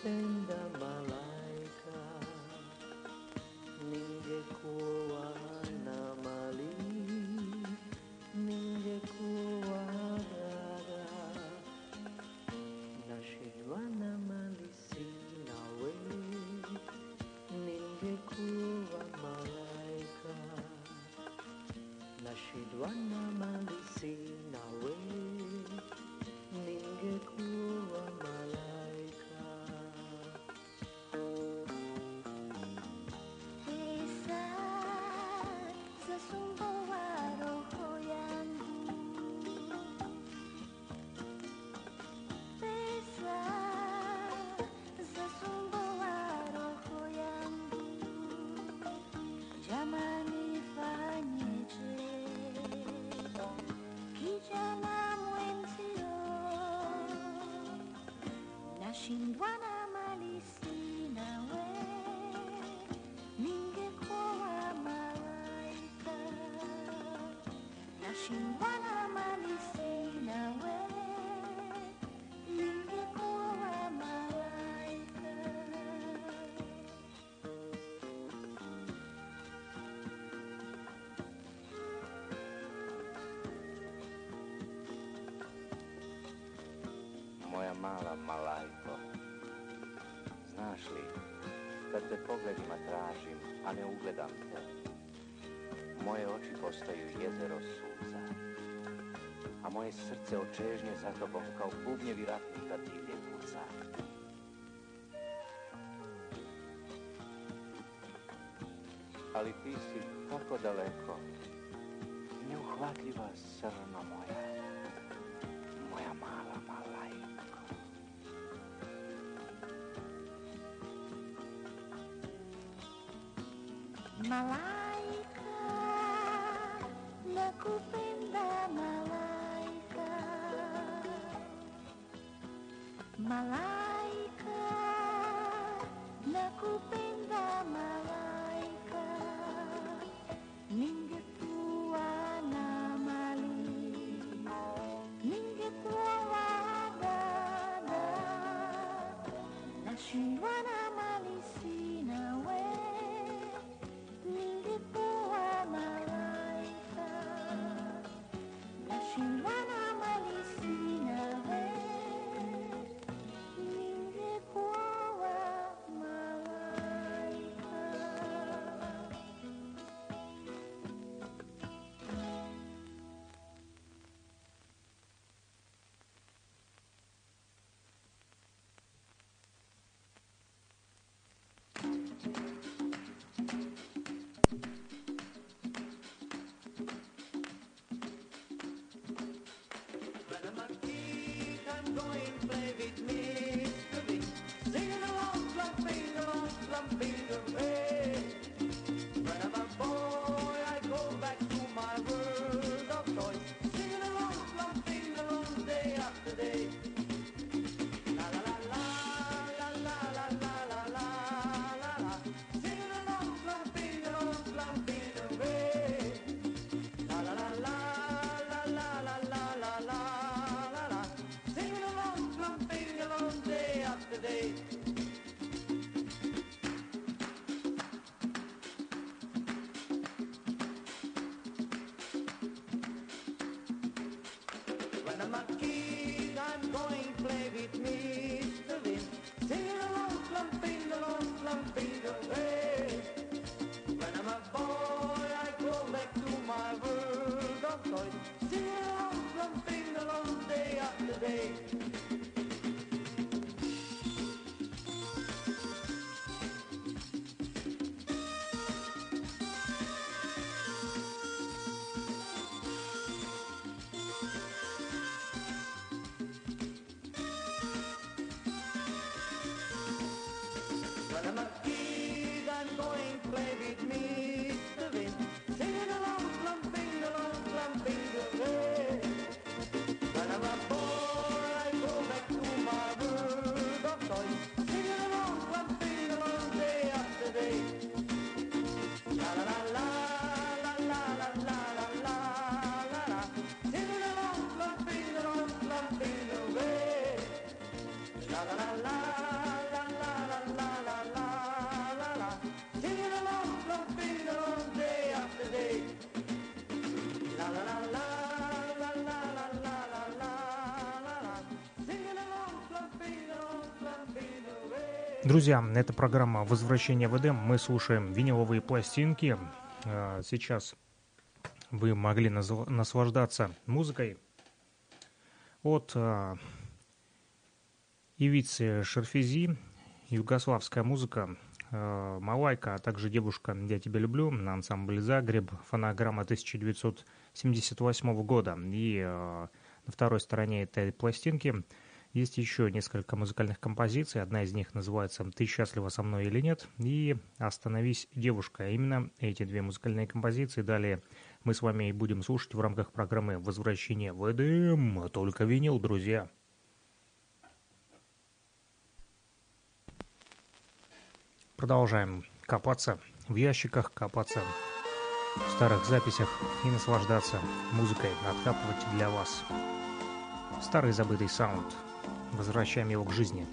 nakupenda malaika, ningekuwa na mali, ningekuwa dada, nashindwa na mali sina we, ningekuwa malaika, nashindwa na mali sina we, ningekuwa malaika. Pesa zasumbua roho yangu, pesa zasumbua roho yangu, jamani fanyeje, kijana mwenzio, nashindwa na mali sina we, ningekuwa malaika, nashindwa na mali sina we, ningekuwa malaika. Moja mala malajko, znaš li, kad te pogledima tražim, a ne ugledam te, moje oči postaju jezero suza, a moje srce od čežnje za tobom kao bubnjevi ratnika divlje kuca. Ali ti si tako daleko, neuhvatljiva srno moja, moja mala malajko. Malaika, nakupenda malaika, malaika, nakupenda malaika, ningekuwa na mali, ningekuwa dada, nashindwa na mali sina we, ningekuwa malaika, nashindwa na mali sina we, ningekuwa malaika. When I'm a kid, I'm going to play with mystery, singing along, clumping away. When I'm a boy, I go back to my world of toys, singing along, clumping along day after day. La la la la la la la la la la la la, singing along, clumping away. La la la la la la la la la la la la, singing along, clumping along day after day. When I'm a kid, I'm going to play with Mr. Wind, singing along, clumping away. When I'm a boy, I go back to my world of toys, singing along, clumping along day after day. When I'm a kid, I'm going to play with Mr. Wind, singing along, clumping away. When I'm a boy, I go Друзья, это программа «Возвращение в Эдем». Мы слушаем виниловые пластинки. Сейчас вы могли наслаждаться музыкой от Ивицы Шарфези, югославская музыка, «Малайка», а также «Девушка, я тебя люблю» на ансамбле «Загреб», фонограмма 1978 года. И на второй стороне этой пластинки есть еще несколько музыкальных композиций. Одна из них называется «Ты счастлива со мной или нет?» и «Остановись, девушка». Именно эти две музыкальные композиции далее мы с вами и будем слушать в рамках программы «Возвращение в Эдем». Только винил, друзья. Продолжаем копаться в ящиках, копаться в старых записях и наслаждаться музыкой, откапывать для вас старый забытый саунд. Возвращаем его к жизни.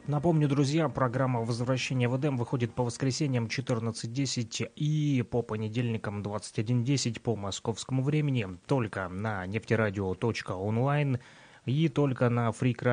Напомню, друзья, программа «Возвращение в Эдем» выходит по воскресеньям 14:10 и по понедельникам 21:10 по московскому времени только на нефтерадио.онлайн и только на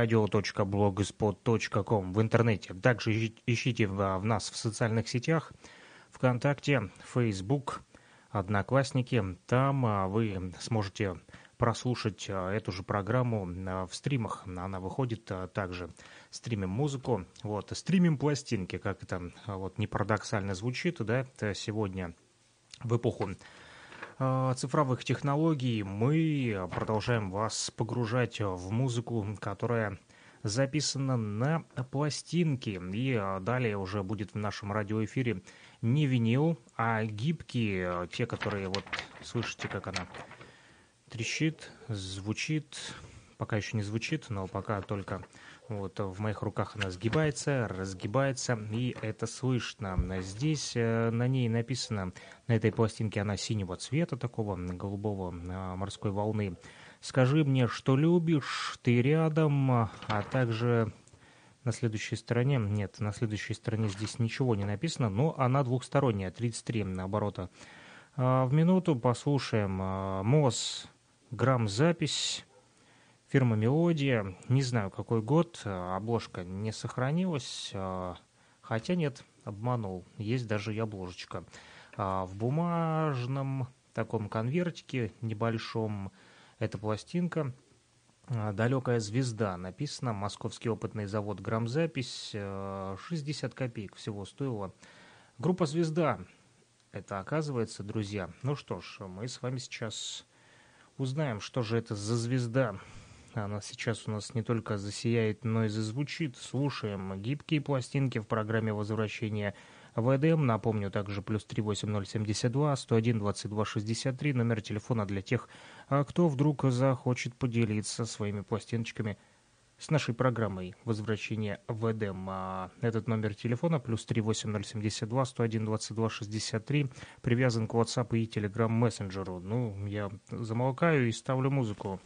freakradio.blogspot.com в интернете. Также ищите в нас в социальных сетях ВКонтакте, Facebook, Одноклассники. Там вы сможете прослушать эту же программу в стримах. Она выходит также. Стримим музыку, вот, стримим пластинки, как это вот не парадоксально звучит, да, это сегодня в эпоху цифровых технологий мы продолжаем вас погружать в музыку, которая записана на пластинки. И далее уже будет в нашем радиоэфире не винил, а гибкие, те, которые вот слышите, как она трещит, звучит, пока еще не звучит, но пока только вот в моих руках она сгибается, разгибается, и это слышно. Здесь на ней написано, на этой пластинке она синего цвета, такого голубого морской волны. «Скажи мне, что любишь, ты рядом», а также на следующей стороне, нет, на следующей стороне здесь ничего не написано, но она двухсторонняя, 33 оборота в минуту. Послушаем МОЗ, грамзапись, фирма «Мелодия». Не знаю, какой год, обложка не сохранилась, хотя нет, обманул, есть даже и обложечка. В бумажном таком конвертике небольшом эта пластинка «Далекая звезда» написано, московский опытный завод «Грамзапись», 60 копеек всего стоила. Группа «Звезда» это оказывается, друзья. Ну что ж, мы с вами сейчас узнаем, что же это за звезда. Она сейчас у нас не только засияет, но и зазвучит. Слушаем гибкие пластинки в программе «Возвращение в Эдем». Напомню, также +3 8072 101 22 63, номер телефона для тех, кто вдруг захочет поделиться своими пластиночками с нашей программой «Возвращение в Эдем». Этот номер телефона +3 8072 101 22 63 привязан к WhatsApp и Telegram мессенджеру. Ну, я замолкаю и ставлю музыку.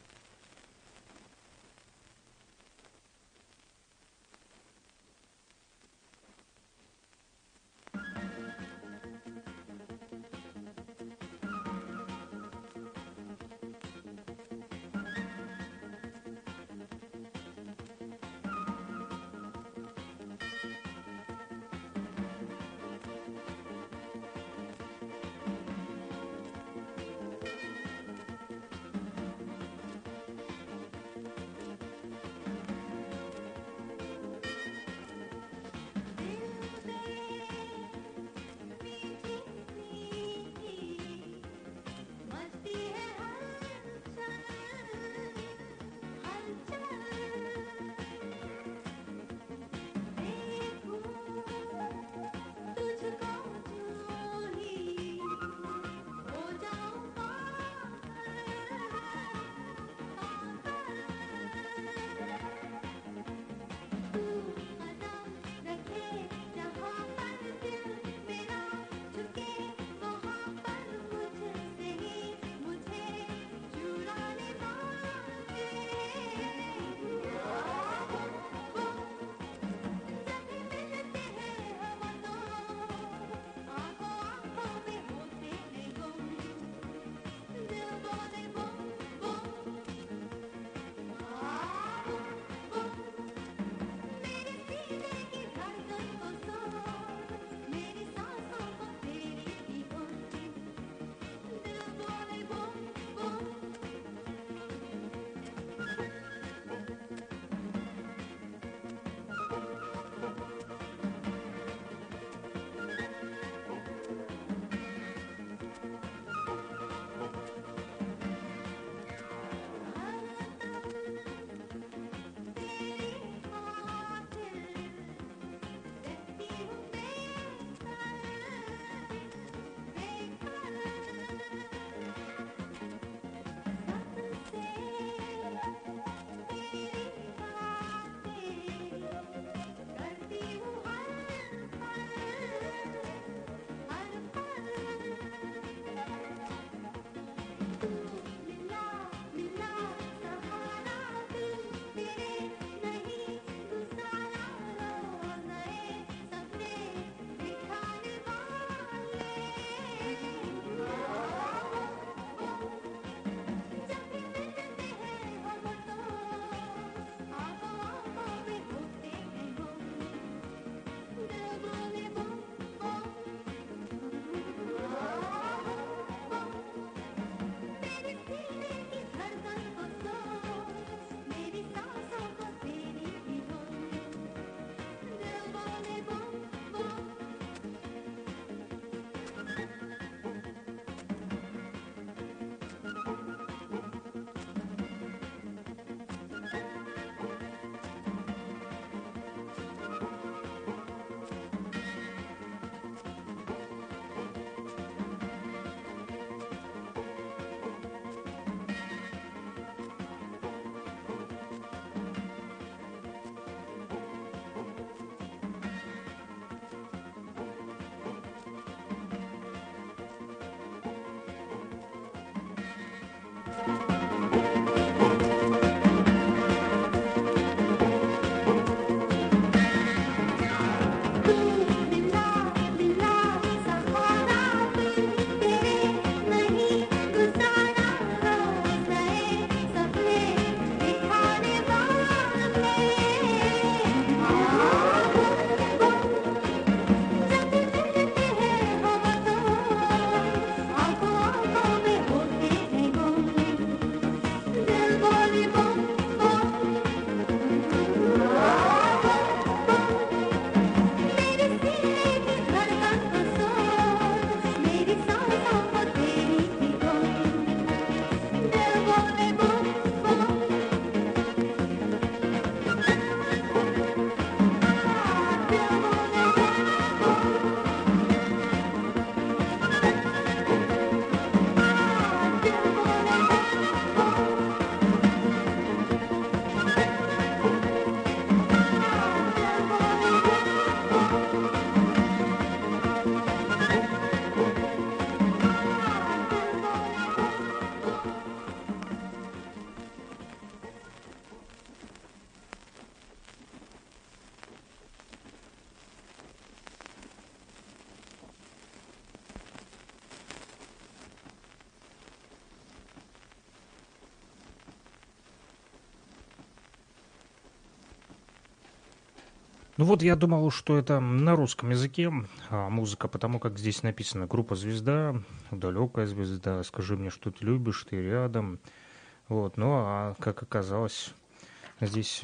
Ну вот я думал, что это на русском языке музыка, потому как здесь написано группа «Звезда», далекая звезда, скажи мне, что ты любишь, ты рядом. Вот, ну а как оказалось, здесь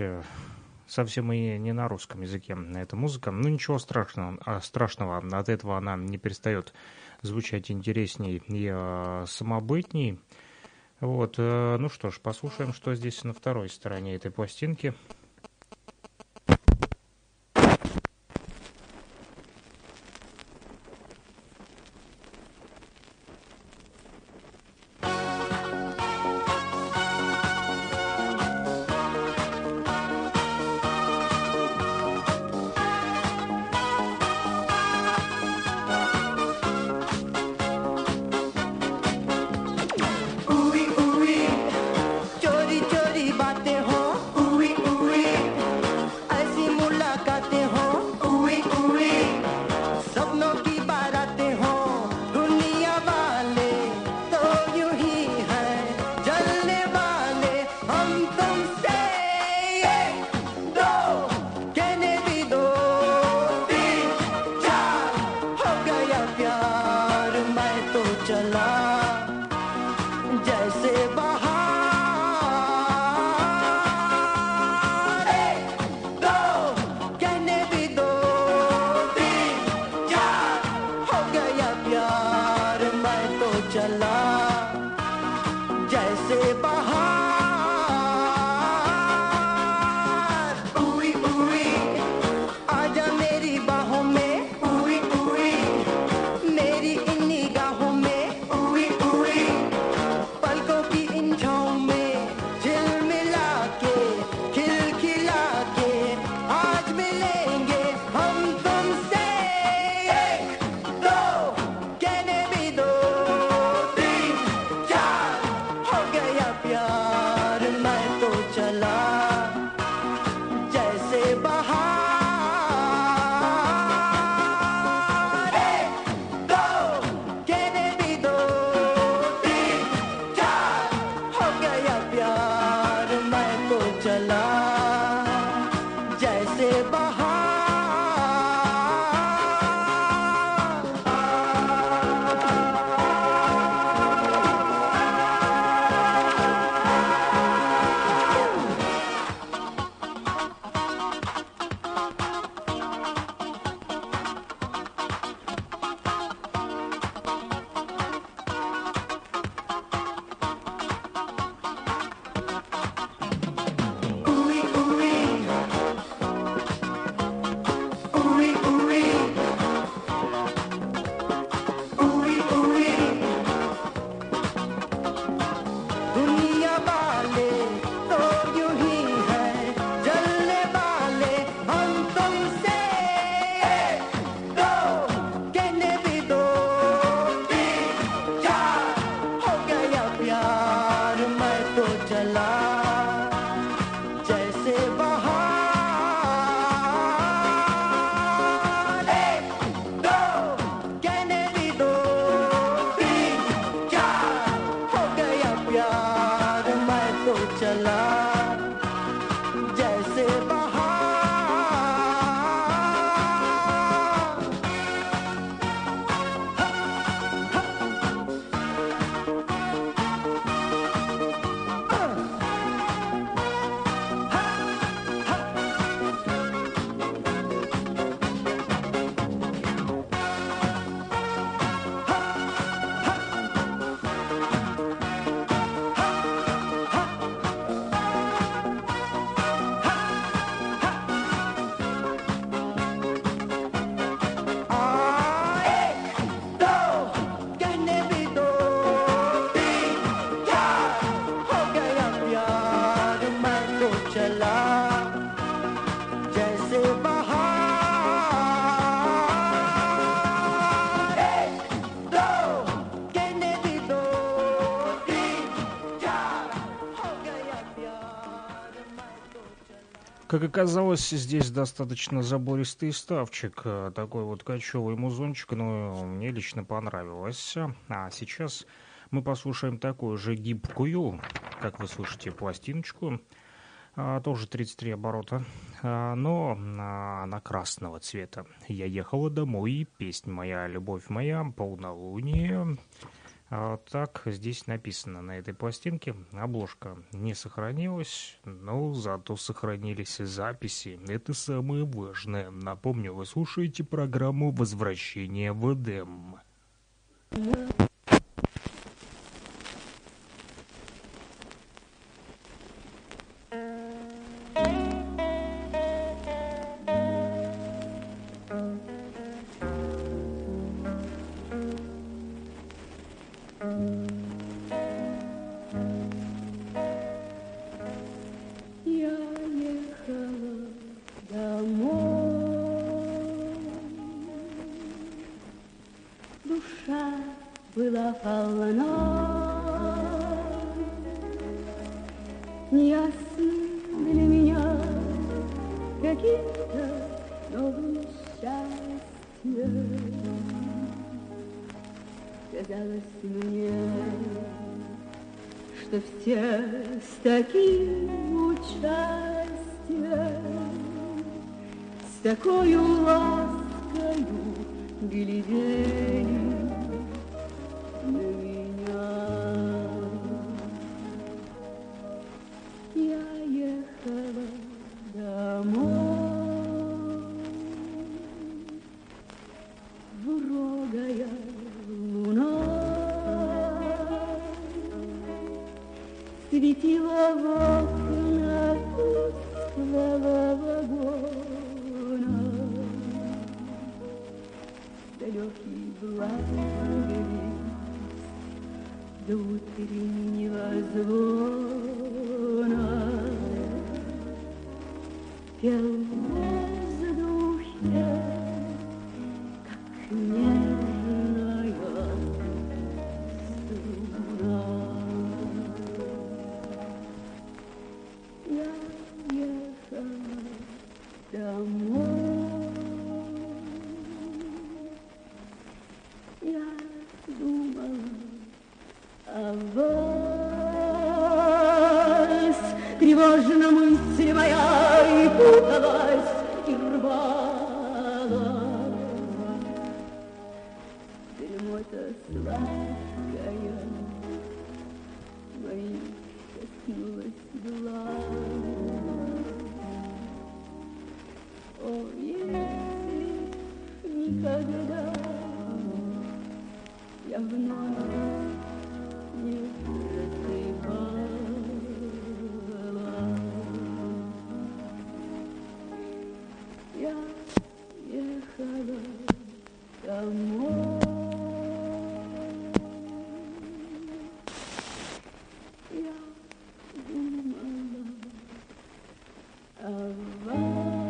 совсем и не на русском языке эта музыка. Ну ничего страшного, от этого она не перестает звучать интересней и самобытней. Вот, ну что ж, послушаем, что здесь на второй стороне этой пластинки. चोरी चोरी बातें हो उई उई ऐसी मुलाकातें हो उई उई सपनों की बारातें हो दुनिया वाले तो यूं ही हैं जलने वाले हम तुमसे एक दो कहने भी दो तीन चार हो गया प्यार मैं तो चला जैसे बाहर एक दो कहने भी दो तीन चार हो गया प्यार मैं तो चला जैसे बाहर उई उई आजा मेरी बाहों में उई उई मेरी इन निगाहों में उई उई पलकों की इन छाँव में झिलमिला के खिलखिला के आज मिलेंगे हम तुमसे एक दो कहने भी दो तीन चार हो गया प्यार मैं तो चला जैसे बाहर एक दो कहने भी दो तीन चार हो गया प्यार मैं तो चला जैसे उई उई Как оказалось, здесь достаточно забористый ставчик, такой вот кочевый музончик, но мне лично понравилось. А сейчас мы послушаем такую же гибкую, как вы слышите, пластиночку, тоже 33 оборота, но она красного цвета. Я ехала домой, песня моя, любовь моя, полнолуние. Так здесь написано на этой пластинке. Обложка не сохранилась, но зато сохранились записи. Это самое важное. Напомню, вы слушаете программу «Возвращение в Эдем». Была полна неясны для меня какие-то новые счастья. Казалось мне, что все с таким участием, с такою ласкою глядели на меня. Я ехала домой, двурогая луна светила в окна тусклого вагона. Далекий благовест до утреннего звона пел в воздухе, как нежная струна. Я ехала домой, я думала о вас. Тревожна мысль моя и путалась, и рвалась. Дремота сладкая моих коснулась глаз. О, если никогда я вновь не засыпала, я ехала домой, я думала о вас.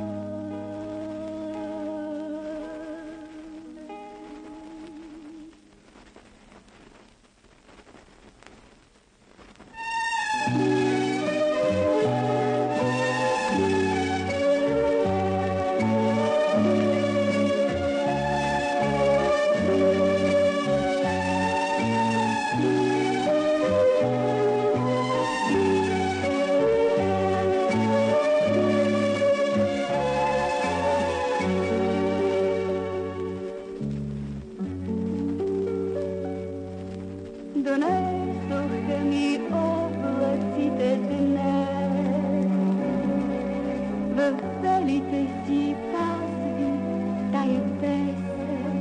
Донесохме облаците днес, в велите си пазви тая песен.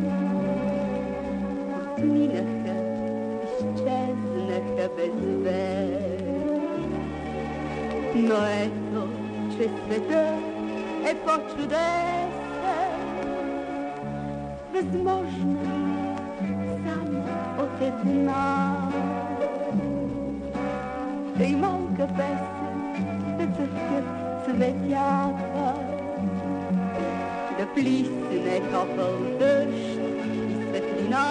Отминаха, изчезнаха без вест. Но ето, че светът е по-чудесен. Възможно само от една тъй малка песен да цъфтят цветята плісне капав дощ і світлина,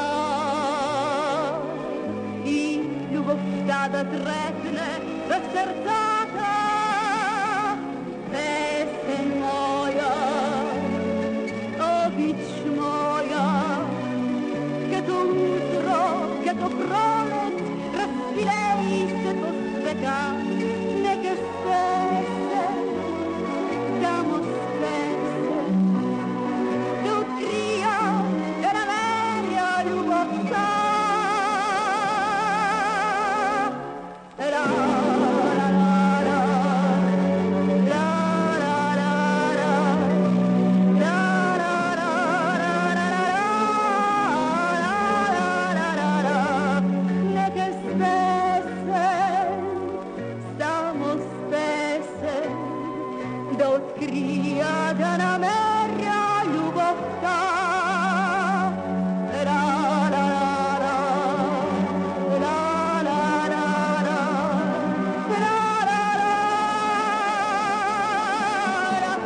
і любов та дотрепне до серцята. Песен моя, обіч моя, che tu utro, che tu prolet, raspirejse po sveta, neke spese, damo spese, da otkrija, da namerja ljubov ta. La, la, la, la, la, la, la, la, la, la, la, la, la, neke spese, samo spese, da otkrija, da namerja ljubov ta. La, la, la, la, la, la, la, la, la, la, la.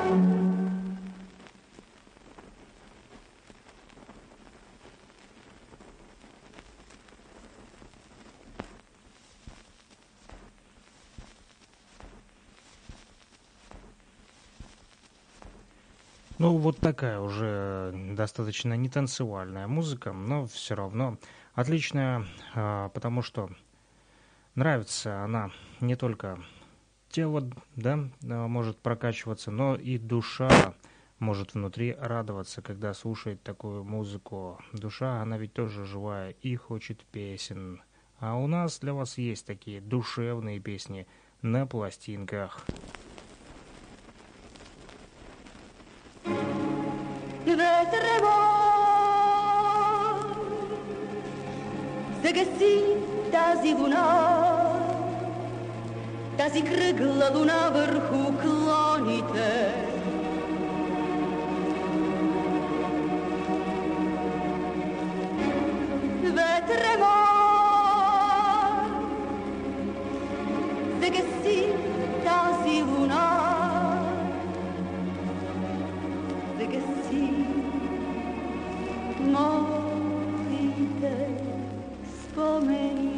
Ну, вот такая уже достаточно нетанцевальная музыка, но все равно отличная, потому что нравится она не только тело, да, может прокачиваться, но и душа может внутри радоваться, когда слушает такую музыку. Душа, она ведь тоже живая и хочет песен. А у нас для вас есть такие душевные песни на пластинках. Vedremo se che si tazi luna, tazi krgla luna vrhu klonite. Vedremo se che si tazi luna, se che si morite spomeni.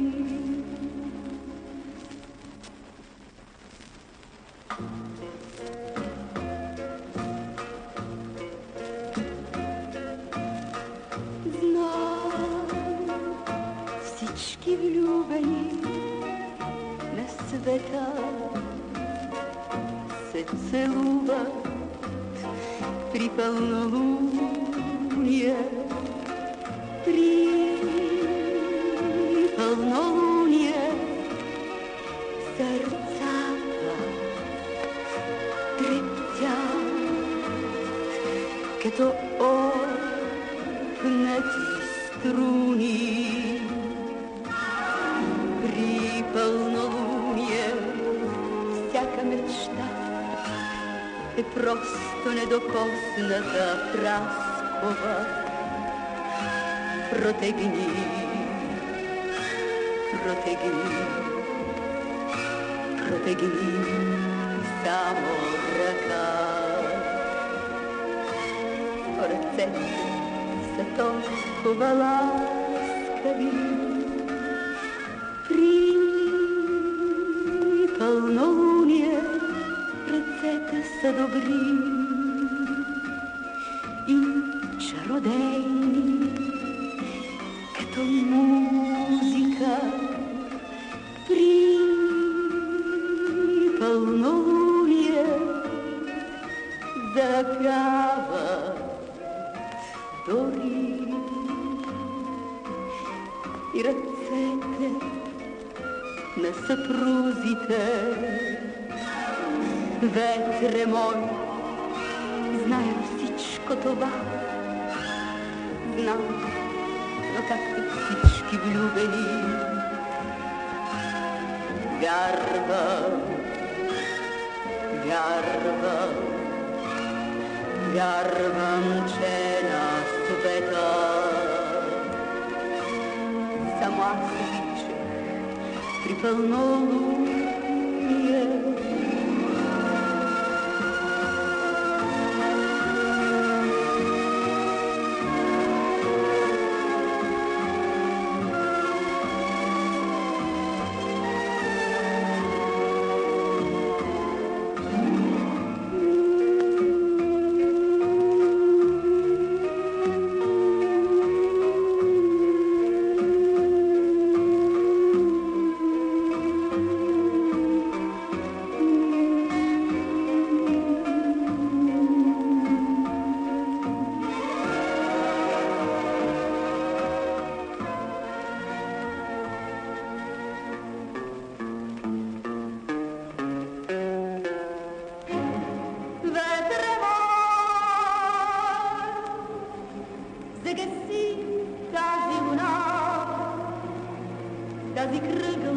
Знам, всички влюбени на света се целуват при пълнолуние, при пълнолуние сърцата трептят, като опнати струни. При пълнолуние всяка мечта е просто недокосната праскова. Протегни, протегни, протегни само ръка. Ръцете са толкова ласкави. При пълнолуние ръцете са добри и чародейни, като музика. При пълнолуние запяват дори и ръцете на съпрузите. Ветре мой, зная всичко това, знам, но както всички влюбени, вярвам, вярвам, вярвам, че на света само аз обичах при пълнолуние.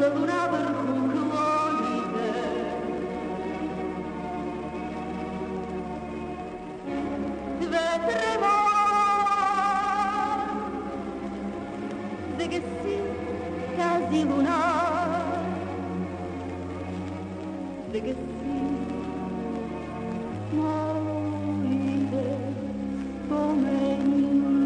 luna vrhu klonite. Dve treba zagasi kazi luna zagasi malo ide po meni.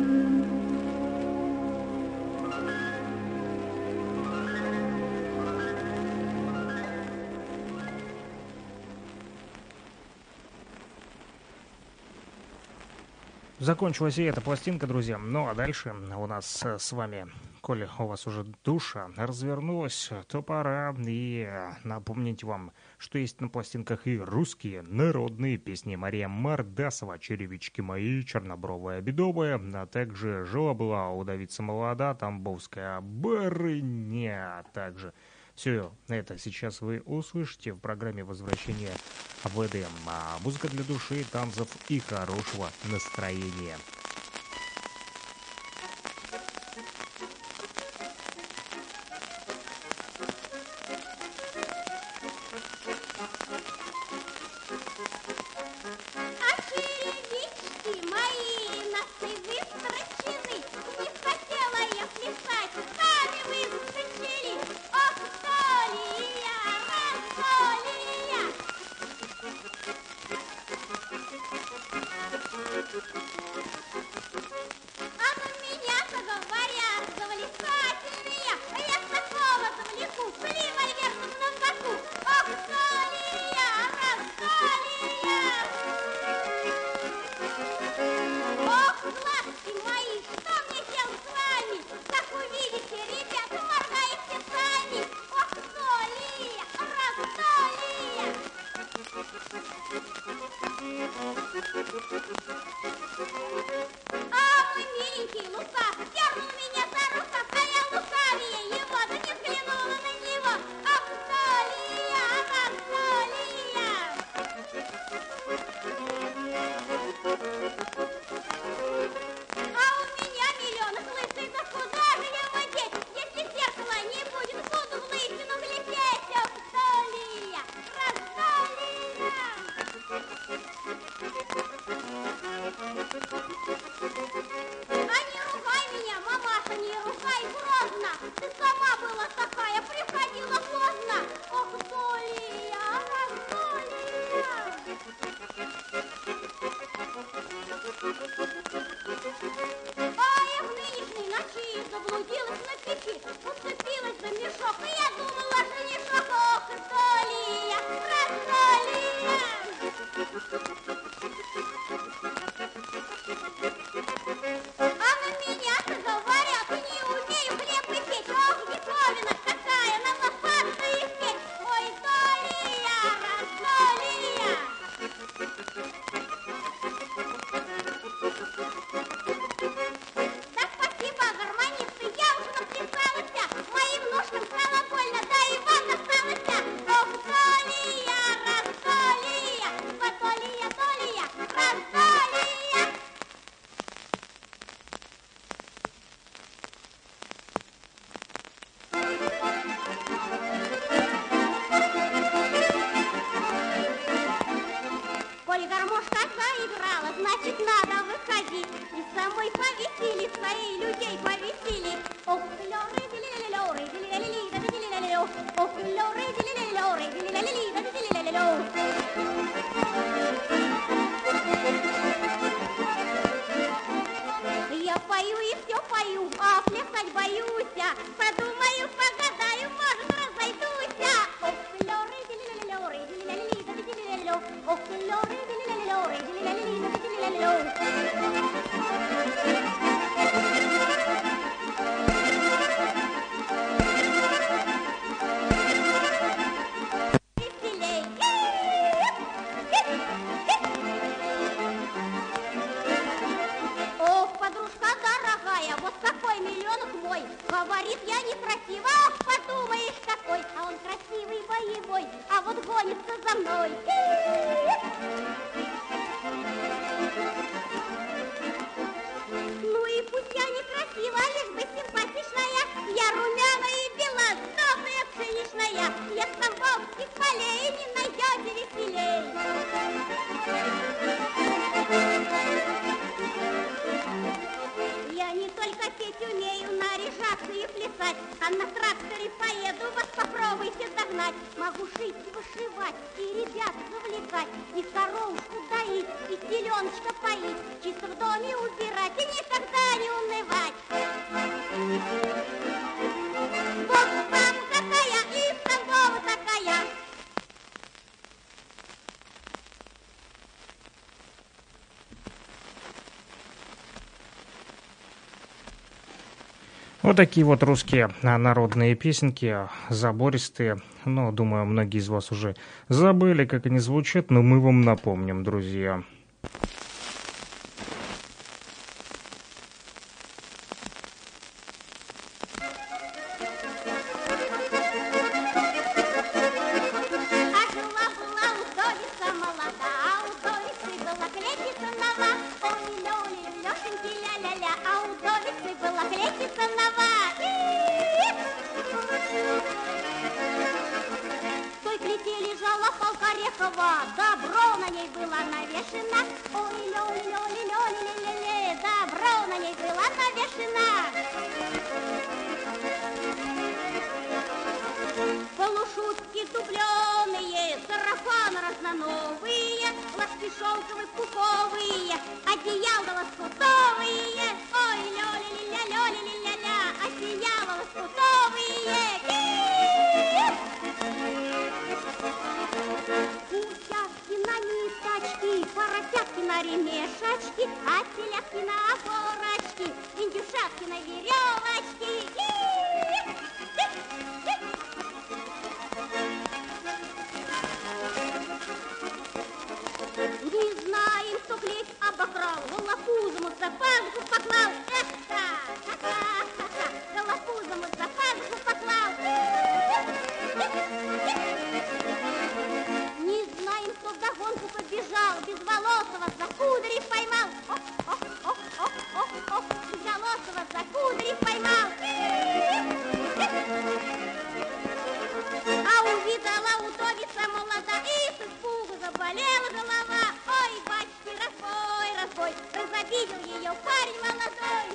Закончилась и эта пластинка, друзья. Ну а дальше у нас с вами, коли у вас уже душа развернулась, то пора и напомнить вам, что есть на пластинках и русские народные песни. Мария Мордасова, «Черевички мои», «Чернобровая бедовая», а также «Жила-была у Давица молода», «Тамбовская барыня», а также все это сейчас вы услышите в программе «Возвращение в Эдем». Музыка для души, танцев и хорошего настроения. Я пою и все пою, а плясать боюсь. Подумаю, погадаю, может, разойдусь. Ох, лёры, дили-ля-ля-лёры, дили-ля-ля-ли-да-ди-ля-ля-лё. Ох, лёры, дили-ля-ля-лёры, дили-ля-ля-ли-да-ди-ля-ля-лё. Веселей. пахать, могу шить и вышивать, и ребят завлекать, и коровушку доить, и теленочка поить, чисто в доме убирать и никогда не унывать. Вот мама какая и Станкова такая. Вот такие вот русские народные песенки, забористые. Ну, думаю, многие из вас уже забыли, как они звучат, но мы вам напомним, друзья. Добро на ней было навешено, ой, лёли-лёли-лёли-лёли-лёли, добро на ней было навешено. Полушубки дубленые, сарафаны разноновые, ласки шелковые пуховые, одеяла лоскутовые, ой, лёли-ля-ля-лёли-ля-ля, одеяла лоскутовые. Куртяшки на ниточки, поросятки на ремешочки, а телятки на опорочки, индюшатки на веревочки. Не знаем, кто клеть обокрал, голопузому за пазуху поклал. Голопузому за пазуху поклал. Не знаем, кто вдогонку побежал, безволосого за кудри поймал. Безволосого за кудри поймал. А увидала удовица молода, и с испугу заболела голова. Ой, батюшки, разбой, разбой, разобидел ее парень молодой.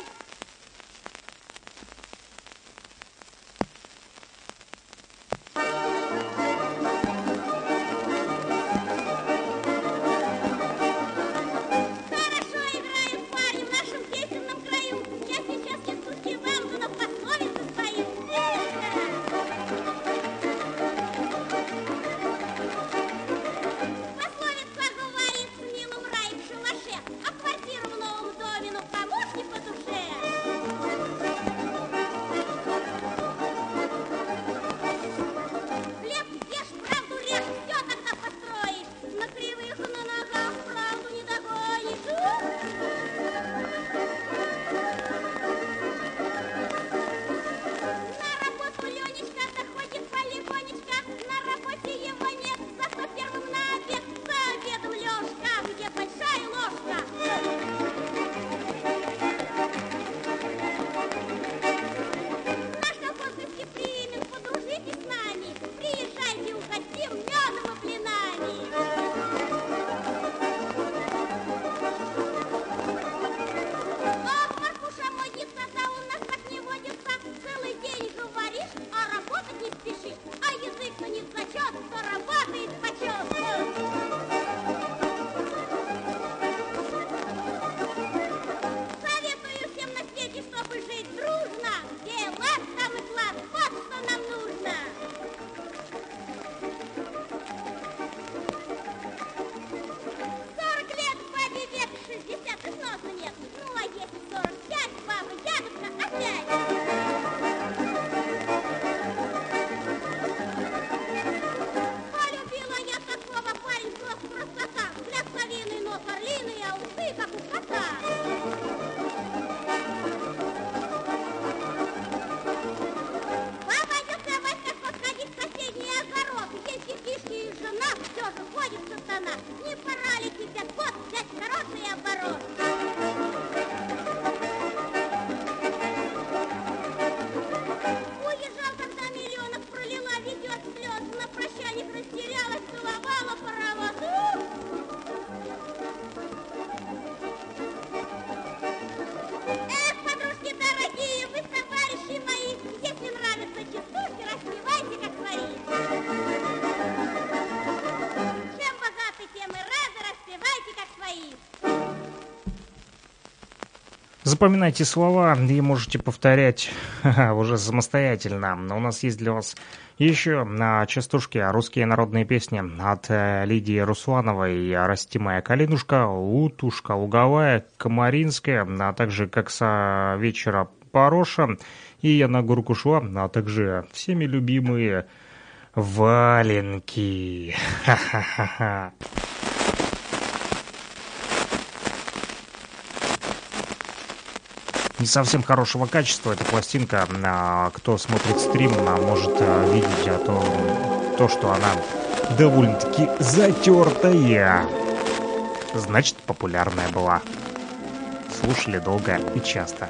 Запоминайте слова и можете повторять уже самостоятельно. У нас есть для вас еще на частушке русские народные песни от Лидии Руслановой, «Расти моя калинушка», «Утушка луговая», «Комаринская», а также «Как со вечера Пороша» и «Я на горку шла», а также всеми любимые «Валенки». Ха-ха-ха-ха. Не совсем хорошего качества эта пластинка. Кто смотрит стрим, может видеть то, что она довольно-таки затертая. Значит, популярная была. Слушали долго и часто.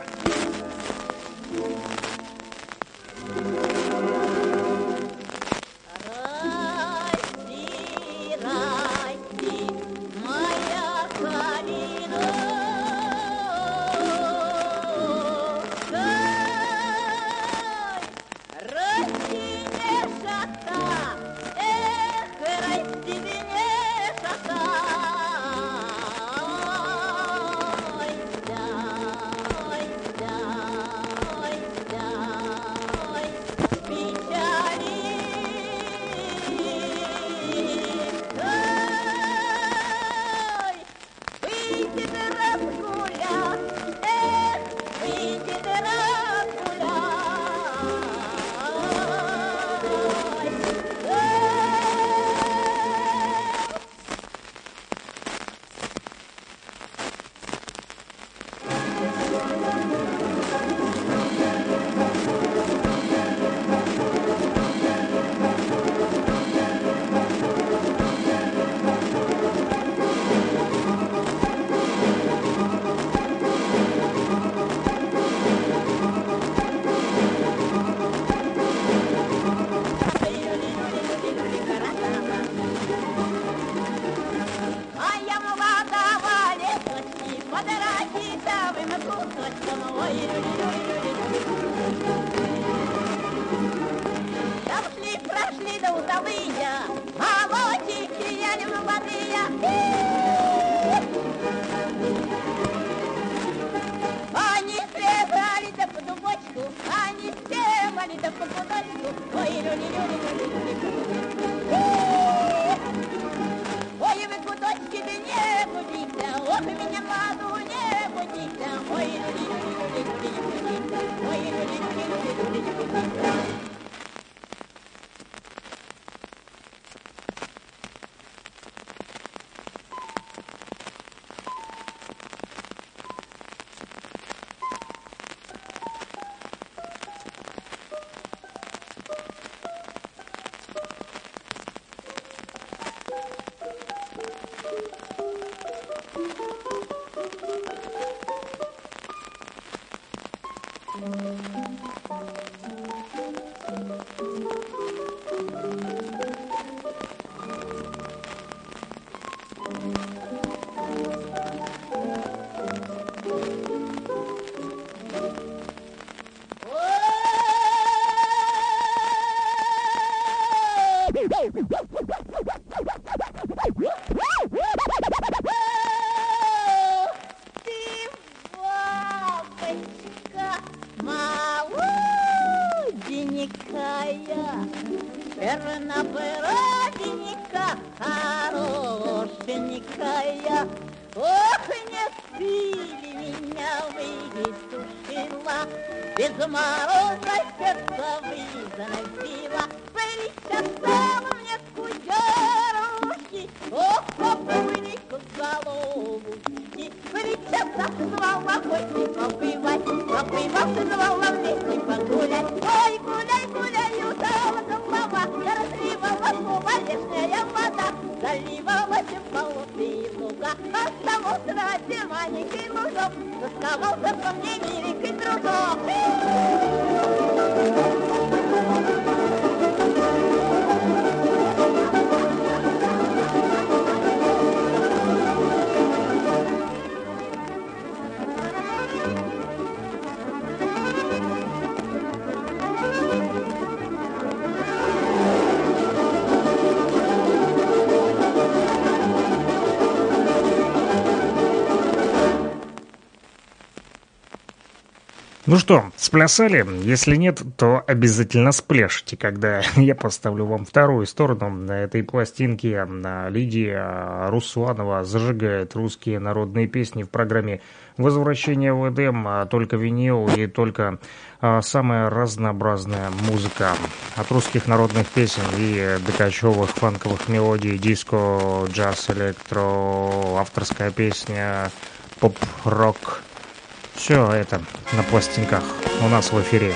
Ну что, сплясали? Если нет, то обязательно спляшите, когда я поставлю вам вторую сторону на этой пластинке. Лидия Русланова зажигает русские народные песни в программе «Возвращение в Эдем», только винил и только самая разнообразная музыка. От русских народных песен и до кочевых фанковых мелодий, диско, джаз, электро, авторская песня, поп-рок. Все это на пластинках у нас в эфире.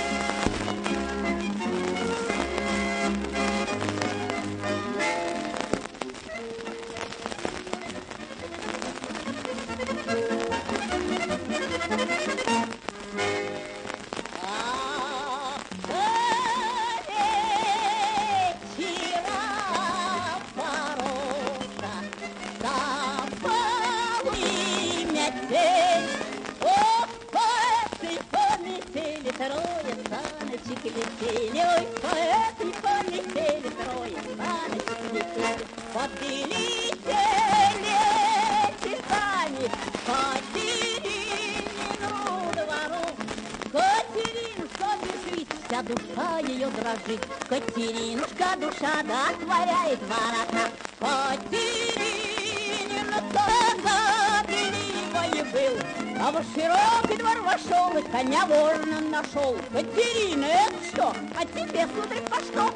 Душа ее дрожит, Катеринушка, душа да отворяет ворота. Катерининка, забеливой был, а в широкий двор вошел и коня вольно нашел. Катерина, это что? А тебе, сударь, по что?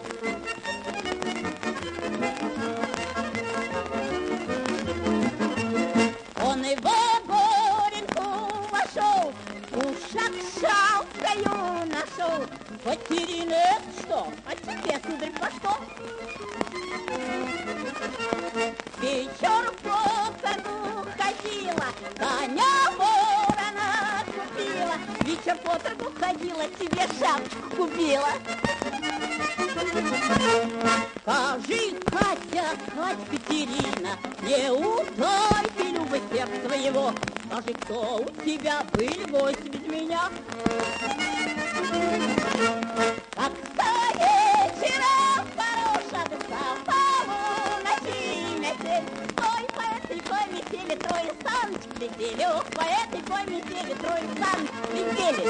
Он и в горенку вошел, ушак шалкою нашел. Катерина, это что? А тебе, сударь, по что? Вечер по саду ходила, коня ворона купила. Вечер по саду ходила, тебе шапочку купила. Скажи, Катя, Кать Катерина, не утай ты, Люба, сердце твоего. Скажи, кто у тебя был гость без меня? Как вечера хороша душа, полуночи метель. Ой, по этой метели трое саночек летели. Ох, по этой метели трое саночек летели.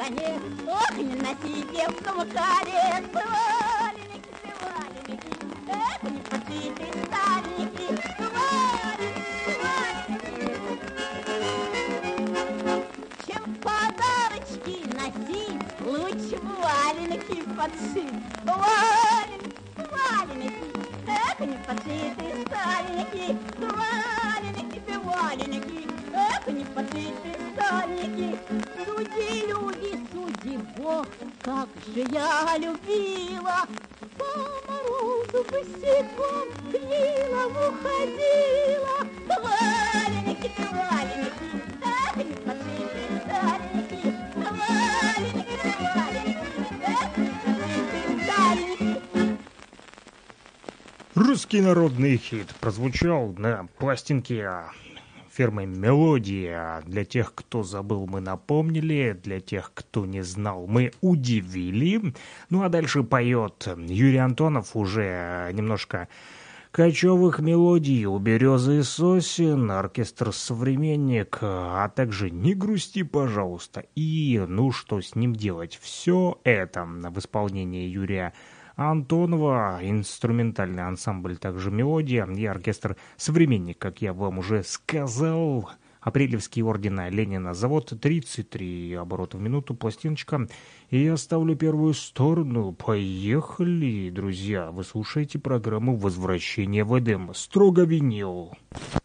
коне, ох, не носи девкам карец. Валеники, ты валеники, эх, не побитые старенькие, валеники, валеники. Чем подарочки носить, лучше валеники подшить. Валеники, валеники, эх, не побитые старенькие, валеники, ты валеники, эх, не побитые старенькие. Суди, люди, суди, Бог, как же я любила, по морозу босиком к Нилам уходила. Валеники, ты валеники, эх, не побитые старенькие, валеники, ты валеники, эх, не побитые старенькие. Русский народный хит прозвучал на пластинке фирмы «Мелодия». Для тех, кто забыл, мы напомнили. Для тех, кто не знал, мы удивили. Ну а дальше поет Юрий Антонов уже немножко кочевых мелодий у «Березы и сосен», оркестр «Современник», а также «Не грусти, пожалуйста». И ну что с ним делать? Все это в исполнении Юрия Антонова, инструментальный ансамбль, также «Мелодия» и оркестр «Современник», как я вам уже сказал. Апрелевские ордена Ленина, завод 33 оборота в минуту, пластиночка. И я ставлю первую сторону. Поехали, друзья. Вы слушаете программу «Возвращение в Эдем». Строго винил.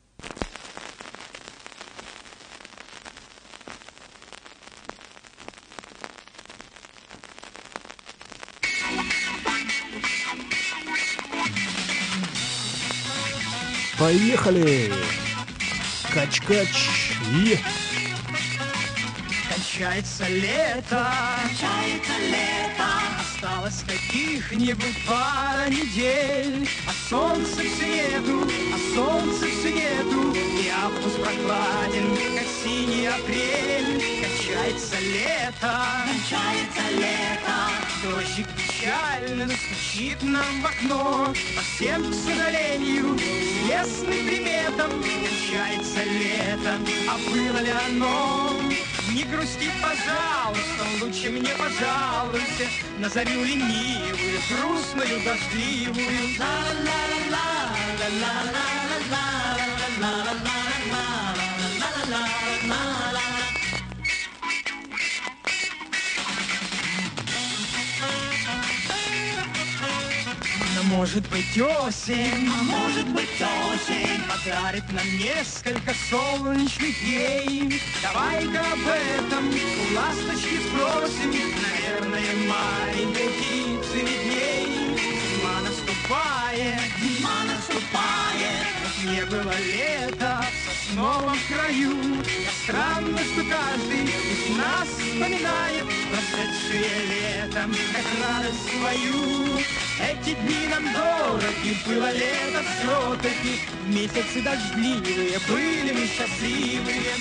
Поехали! Кач-кач! Кончается лето, осталось каких-нибудь пара недель, а солнце в среду, и август прохладен, как синий апрель. Кончается лето, дождик печально стучит нам в окно, по всем, к сожалению, известным приметам. Кончается лето, а было ли оно? Не грусти, пожалуйста, лучше мне пожалуйся на зарю ленивую, грустную, дождливую. Но может быть осень, подарит нам несколько солнечных дней. Давай-ка об этом у ласточки спросим, наверное, маленькой птицы видней. Зима наступает, как не было лета в сосновом краю. А странно, что каждый из нас вспоминает прошедшее лето, как радость свою. Эти дни нам дороги, было лето все-таки, месяцы дождливые, были мы счастливые.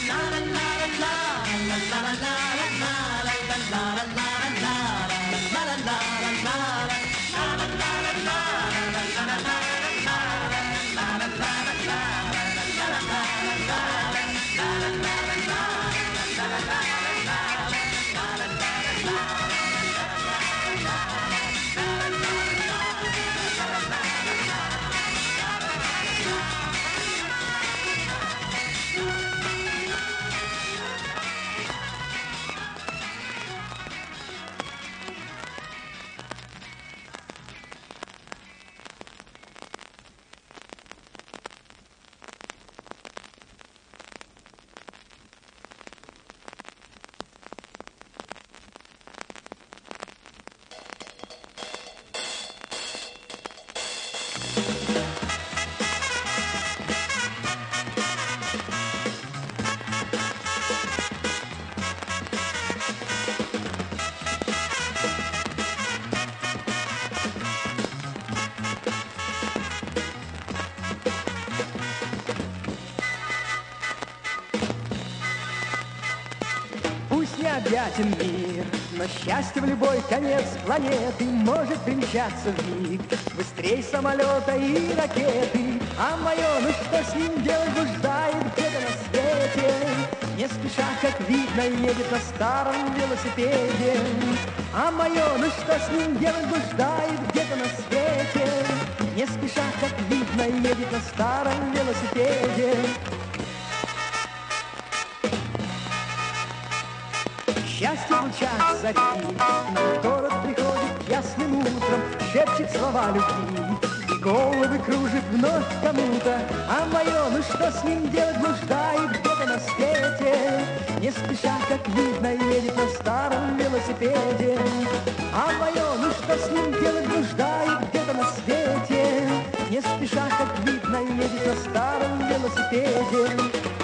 Необъятен мир, но счастье в любой конец планеты может примчаться вмиг быстрей самолета и ракеты. А мое, ну что с ним делать, блуждает где-то на свете. Не не спеша, как видно, едет на старом велосипеде. А мое, ну что с ним делать, блуждает где-то на свете. Не спеша, как видно, едет на старом велосипеде. Счастье в лучах зари, на город приходит ясным утром, шепчет слова любви, и головы кружит вновь кому-то. А мое, ну что с ним делать, блуждает где-то на свете. Не спеша, как видно, едет на старом велосипеде. А мое, ну что с ним делать, блуждает где-то на свете. Не спеша, как видно, едет на старом велосипеде.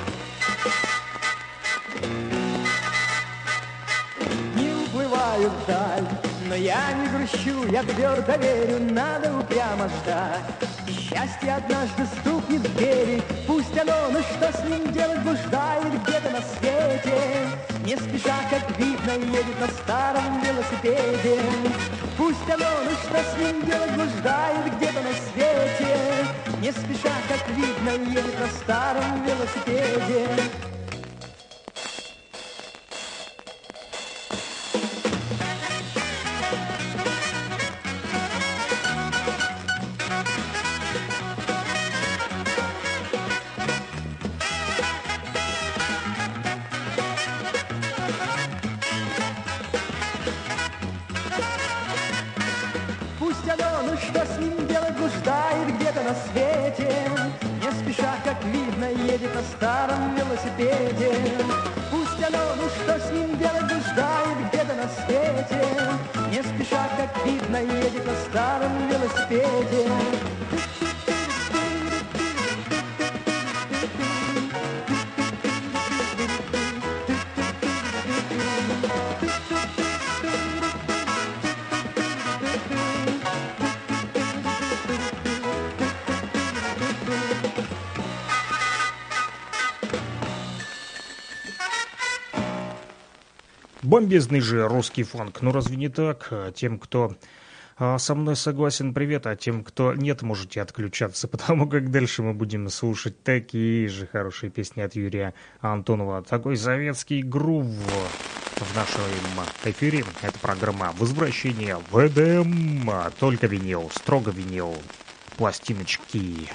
Уплываю вдаль, но я не грущу, я твердо верю, надо упрямо ждать. Счастье однажды стукнет в двери, пусть оно, ну что с ним делать, блуждает где-то на свете. Не спеша, как видно, едет на старом велосипеде. Пусть оно, ну что с ним делать, блуждает где-то на свете. Не спеша, как видно, едет на старом велосипеде. Пусть оно, ну что с ним делать, блуждает где-то на свете. Не спеша, как видно, едет на старом велосипеде. Пусть оно, ну что с ним делать, блуждает где-то на свете. Не спеша, как видно, едет на старом велосипеде. Бомбезный же русский фанк. Ну разве не так? Тем, кто со мной согласен, привет, а тем, кто нет, можете отключаться, потому как дальше мы будем слушать такие же хорошие песни от Юрия Антонова. Такой советский грув в нашем эфире. Это программа «Возвращение в ЭДМ». Только винил, строго винил. Пластиночки.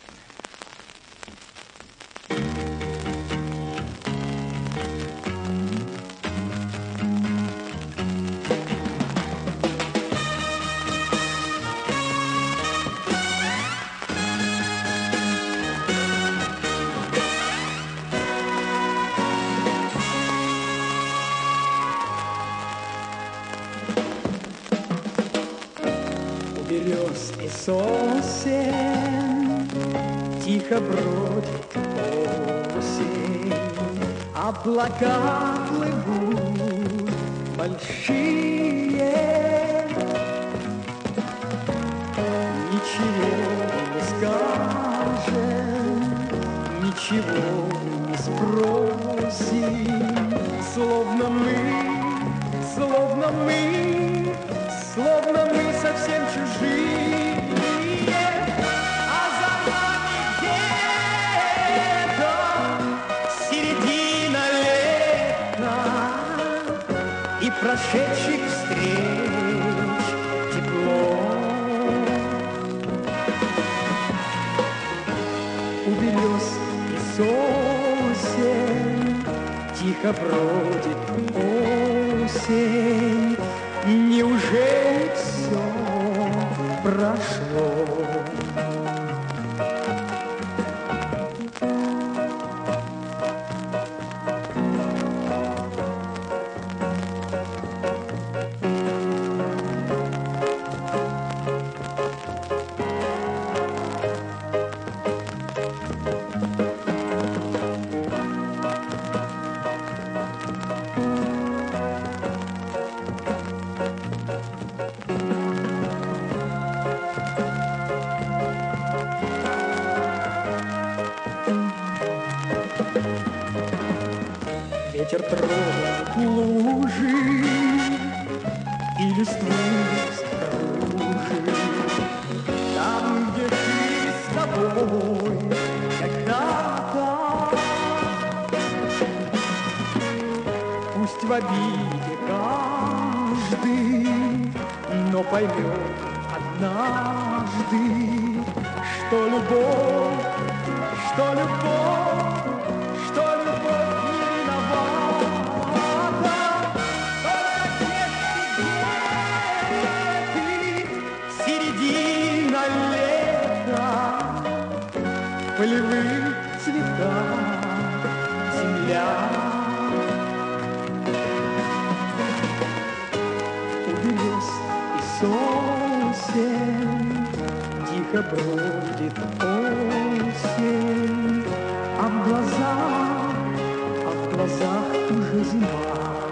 Берез и сосен тихо бродит осень, облака плывут большие, ничего не скажем, ничего не спросим, словно мы совсем чужие, а за нами где-то середина лета и прошедших встреч тепло. У берез и сосен тихо бродит осень. Неужели все прошло? Ветер трогает лужи и листву снаружи. Там, где ты с тобой когда-то обиде каждый, но поймет однажды, что любовь, что любовь, что любовь не виновата. Только детки, середина лета, полевые цвета, земля. Уберез и сосен, тихо бродит осень, а в глазах уже зима.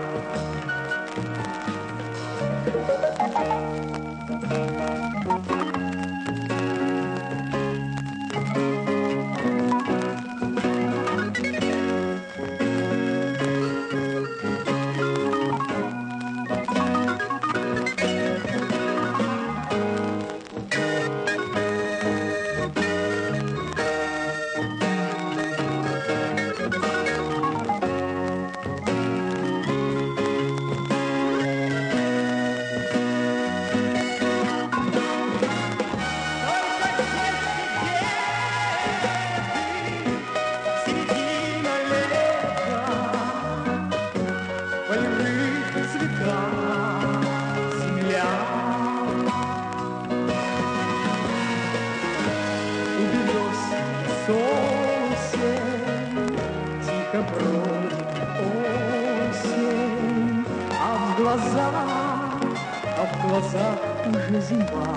А в глазах уже зима.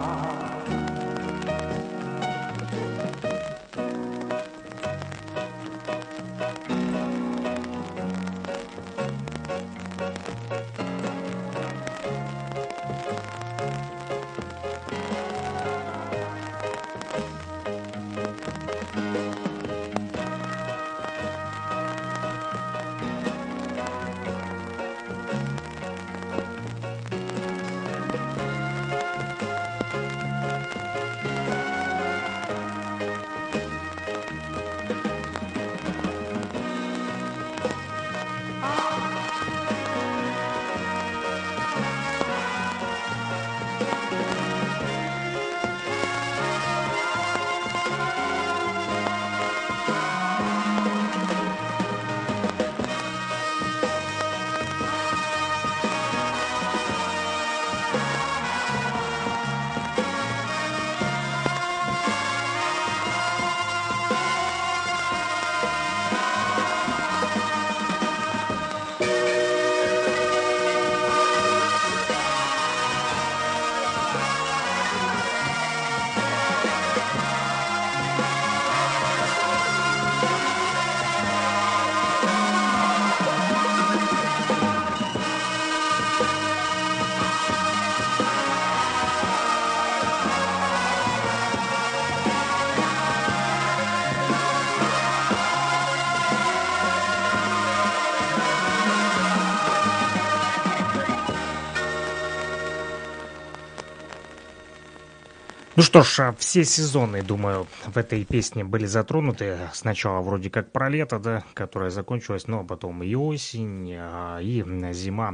Ну что ж, все сезоны, думаю, в этой песне были затронуты. Сначала вроде как про лето, да, которое закончилось, но потом и осень, и зима,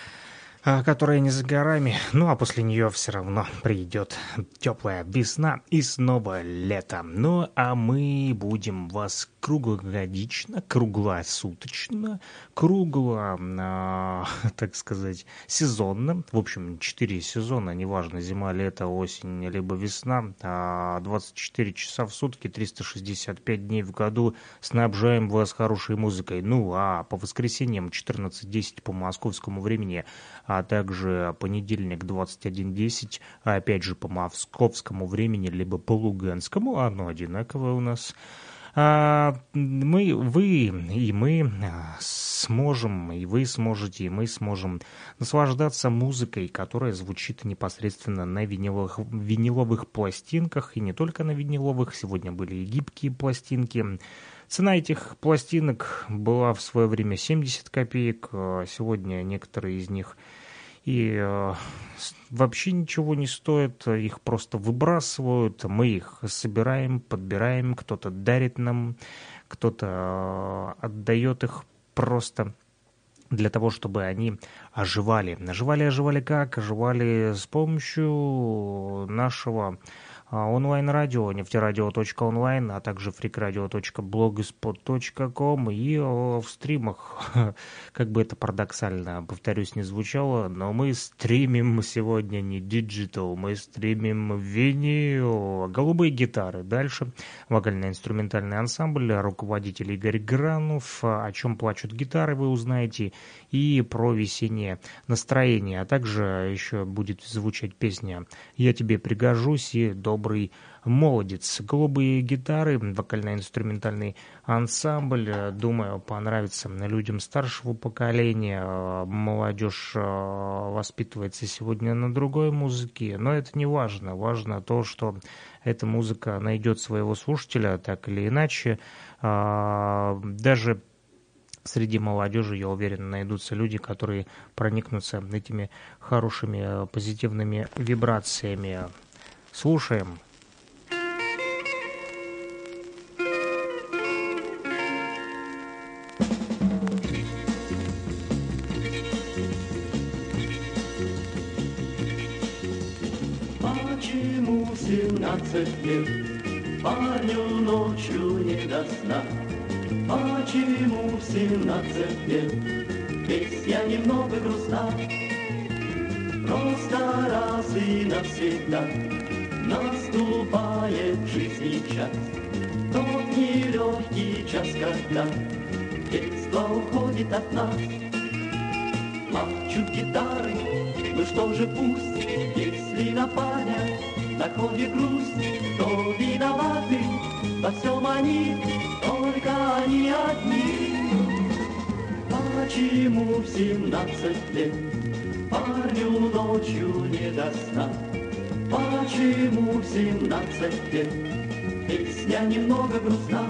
которая не за горами. Ну а после нее все равно придет теплая весна и снова лето. Ну а мы будем вас круглогодично, круглосуточно, так сказать, сезонно. В общем, 4 сезона, неважно, зима, лето, осень, либо весна. 24 часа в сутки, 365 дней в году снабжаем вас хорошей музыкой. Ну а по воскресеньям 14:10 по московскому времени, а также понедельник 21:10, опять же по московскому времени, либо по луганскому, оно одинаковое у нас. Вы сможем, и вы сможете, и мы сможем наслаждаться музыкой, которая звучит непосредственно на виниловых пластинках, и не только на виниловых, сегодня были и гибкие пластинки. Цена этих пластинок была в свое время 70 копеек, сегодня некоторые из них и вообще ничего не стоят, их просто выбрасывают, мы их собираем, подбираем, кто-то дарит нам, кто-то отдает их просто для того, чтобы они оживали. Оживали как? Оживали с помощью нашего онлайн-радио, нефтерадио.онлайн, а также freakradio.blogspot.com и в стримах. Как бы это парадоксально, повторюсь, не звучало, но мы стримим сегодня не диджитал, мы стримим винил. Голубые гитары. Дальше вокально-инструментальный ансамбль, руководитель Игорь Гранов. О чем плачут гитары, вы узнаете. И про весеннее настроение. А также еще будет звучать песня «Я тебе пригожусь» и «Добрый молодец». Голубые гитары, вокально-инструментальный ансамбль. Думаю, понравится людям старшего поколения. Молодежь воспитывается сегодня на другой музыке, но это не важно. Важно то, что эта музыка найдет своего слушателя, так или иначе. Даже среди молодежи, я уверен, найдутся люди, которые проникнутся этими хорошими позитивными вибрациями. Слушаем. Почему 17 лет парню ночью не до сна? Почему в 17 лет песня немного грустна? Просто раз и навсегда наступает в жизни час, тот нелегкий час, когда детство уходит от нас. Плачут гитары, ну что же пусть, если на парня находит грусть, то виноваты во всем они, только они одни. Почему в 17 лет парню ночью не до сна? Почему в 17 лет песня немного грустна?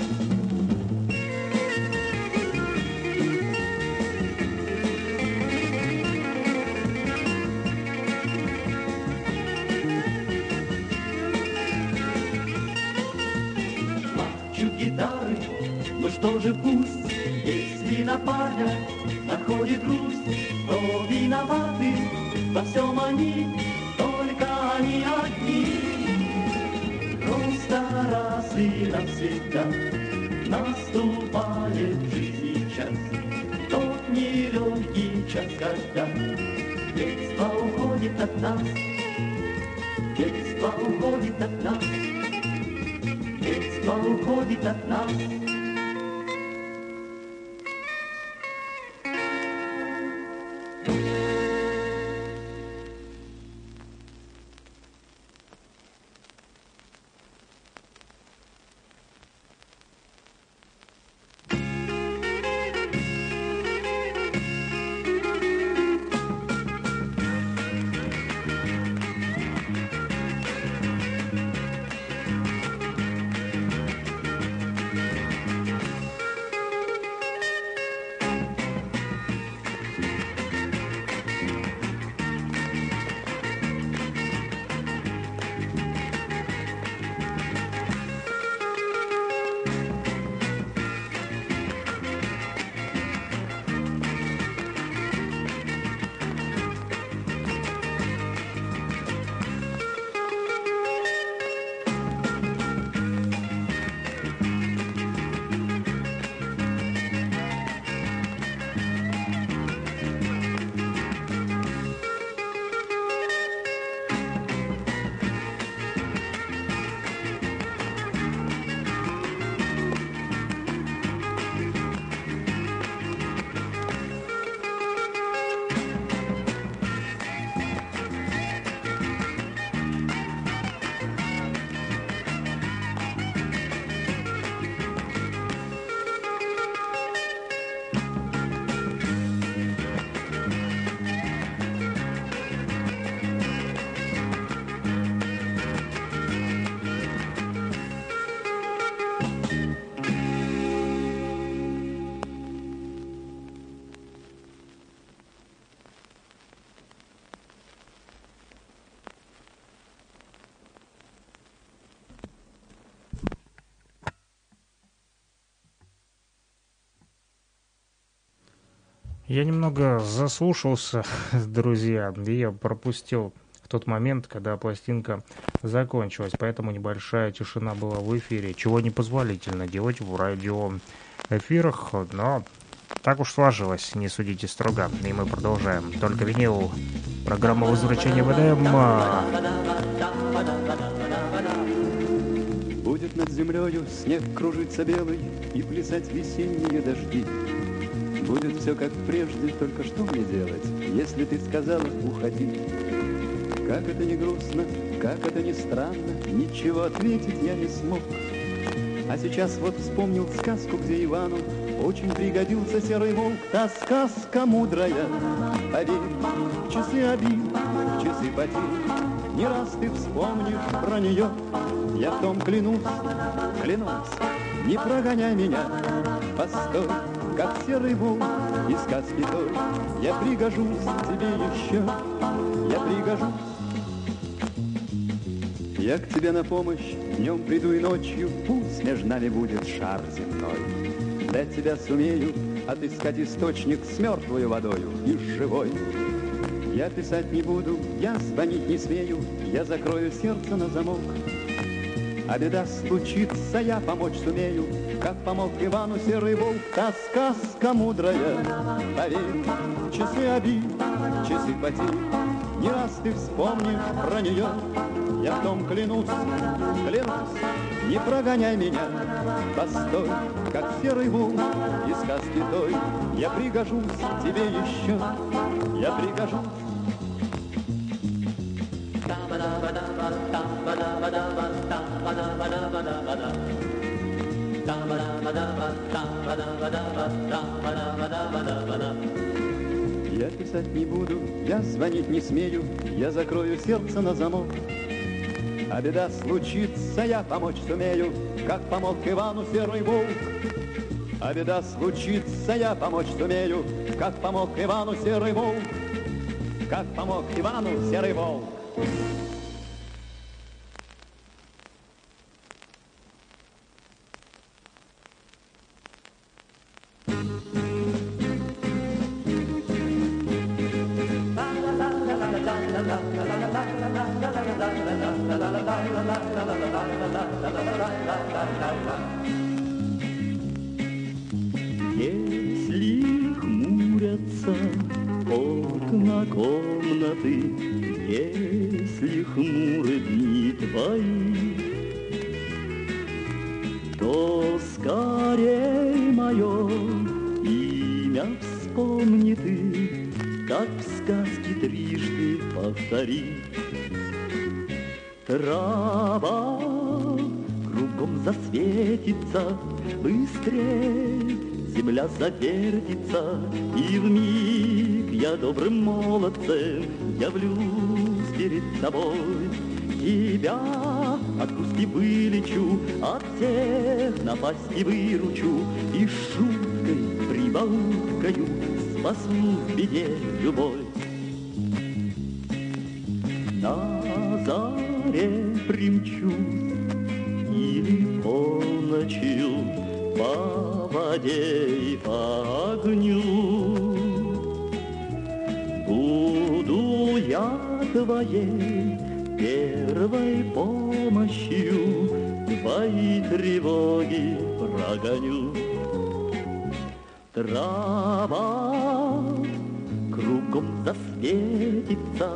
Гитары, ну что же пусть, если на парня находит грусть, то виноваты во всем они, только они одни. Просто раз и навсегда наступает в жизни час, тот нелегкий час, когда детство уходит от нас, детство уходит от нас. Детство уходит от нас. Я немного заслушался, друзья, и я пропустил тот момент, когда пластинка закончилась, поэтому небольшая тишина была в эфире, чего непозволительно делать в радиоэфирах, но так уж сложилось, не судите строго, и мы продолжаем. Только винил, программа возвращения в Эдем. Будет над землею снег кружиться белый и плясать весенние дожди. Будет все как прежде, только что мне делать, если ты сказала уходи? Как это не грустно, как это не странно, ничего ответить я не смог. А сейчас вот вспомнил сказку, где Ивану очень пригодился серый волк. Та сказка мудрая, поверь, в часы обид, в часы потерь, не раз ты вспомнишь про нее. Я в том клянусь, клянусь, не прогоняй меня, постой, как серый волк из сказки той. Я пригожусь тебе еще, я пригожусь. Я к тебе на помощь днем приду и ночью, пусть между нами будет шар земной. Для тебя сумею отыскать источник с мертвою водою и с живой. Я писать не буду, я звонить не смею, я закрою сердце на замок. А беда случится, я помочь сумею, как помог Ивану серый волк. Та сказка мудрая, поверь, часы обид, часы потерь, не раз ты вспомнишь про нее. Я в том клянусь, клянусь, не прогоняй меня, постой, как серый волк из сказки той. Я пригожусь тебе еще, я пригожусь. Я писать не буду, я звонить не смею, я закрою сердце на замок. А беда случится, я помочь сумею, как помог Ивану серый волк. А беда случится, я помочь сумею, как помог Ивану серый волк. Как помог Ивану серый волк. Если хмурятся окна комнаты, если хмуры дни твои, то скорей мое имя вспомни ты, как в сказке трижды повтори. Трава кругом засветится быстрей, земля завертится, и вмиг я добрым молодцем явлюсь перед тобой. Тебя от грусти вылечу, от всех напасти выручу, и шуткой, прибауткою спасу в беде любой. На заре примчусь или полночью по воде и по огню. Буду я твоей первой помощью, твои тревоги прогоню. Трава кругом засветится,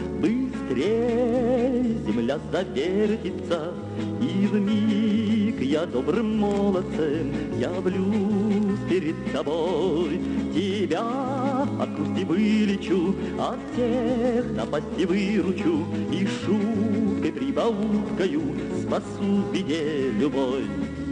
быстрее земля завертится, и вмиг я добрым молодцем явлюсь перед тобой. Тебя от грусти вылечу, от всех напасти выручу, и шуткой прибауткою спасу в беде любой.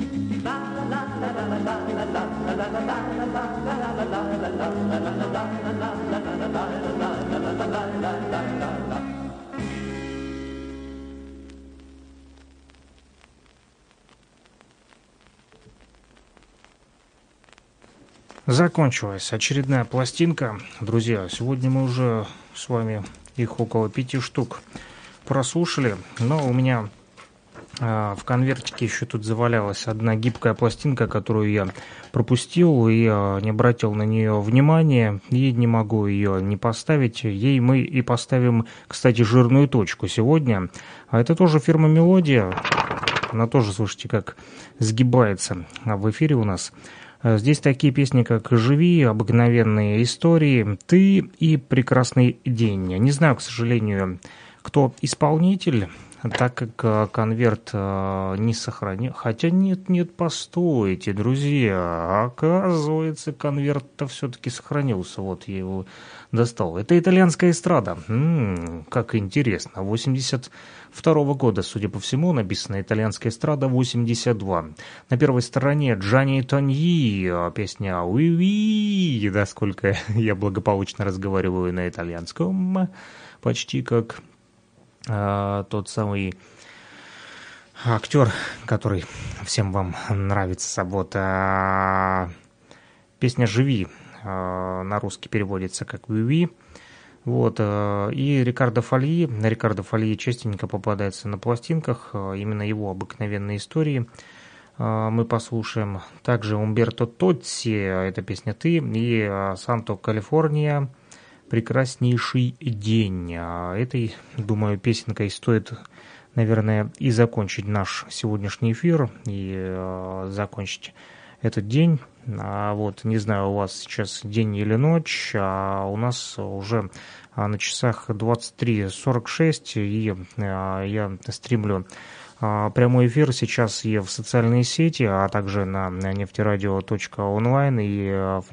Закончилась очередная пластинка. Друзья, сегодня мы уже с вами их около 5 штук прослушали, но у меня В конвертике еще тут завалялась одна гибкая пластинка, которую я пропустил и не обратил на нее внимания, и не могу ее не поставить. Ей мы и поставим, кстати, жирную точку сегодня. А это тоже фирма «Мелодия». Она тоже, слушайте, как сгибается в эфире у нас. Здесь такие песни, как «Живи», «Обыкновенные истории», «Ты» и «Прекрасный день». Не знаю, к сожалению, кто исполнитель, так как конверт не сохранил. Хотя нет, постойте, друзья, оказывается, конверт-то все-таки сохранился. Вот я его достал. Это итальянская эстрада. Как интересно. 82 года, судя по всему, написана «Итальянская эстрада» 82. На первой стороне Джанни Тоньи, песня «Уи-ви». Да, сколько я благополучно разговариваю на итальянском. Почти как тот самый актер, который всем вам нравится. Вот песня «Живи» на русский переводится как «Уи-ви». Вот, и Рикардо Фольи частенько попадается на пластинках, именно его «Обыкновенные истории» мы послушаем. Также Умберто Тотти, эта песня «Ты», и Санто Калифорния, «Прекраснейший день». Этой, думаю, песенкой стоит, наверное, и закончить наш сегодняшний эфир, и закончить этот день. Вот, не знаю, у вас сейчас день или ночь, а у нас уже на часах 23:46, и я стримлю прямой эфир сейчас и в социальные сети, а также на нефтерадио.онлайн и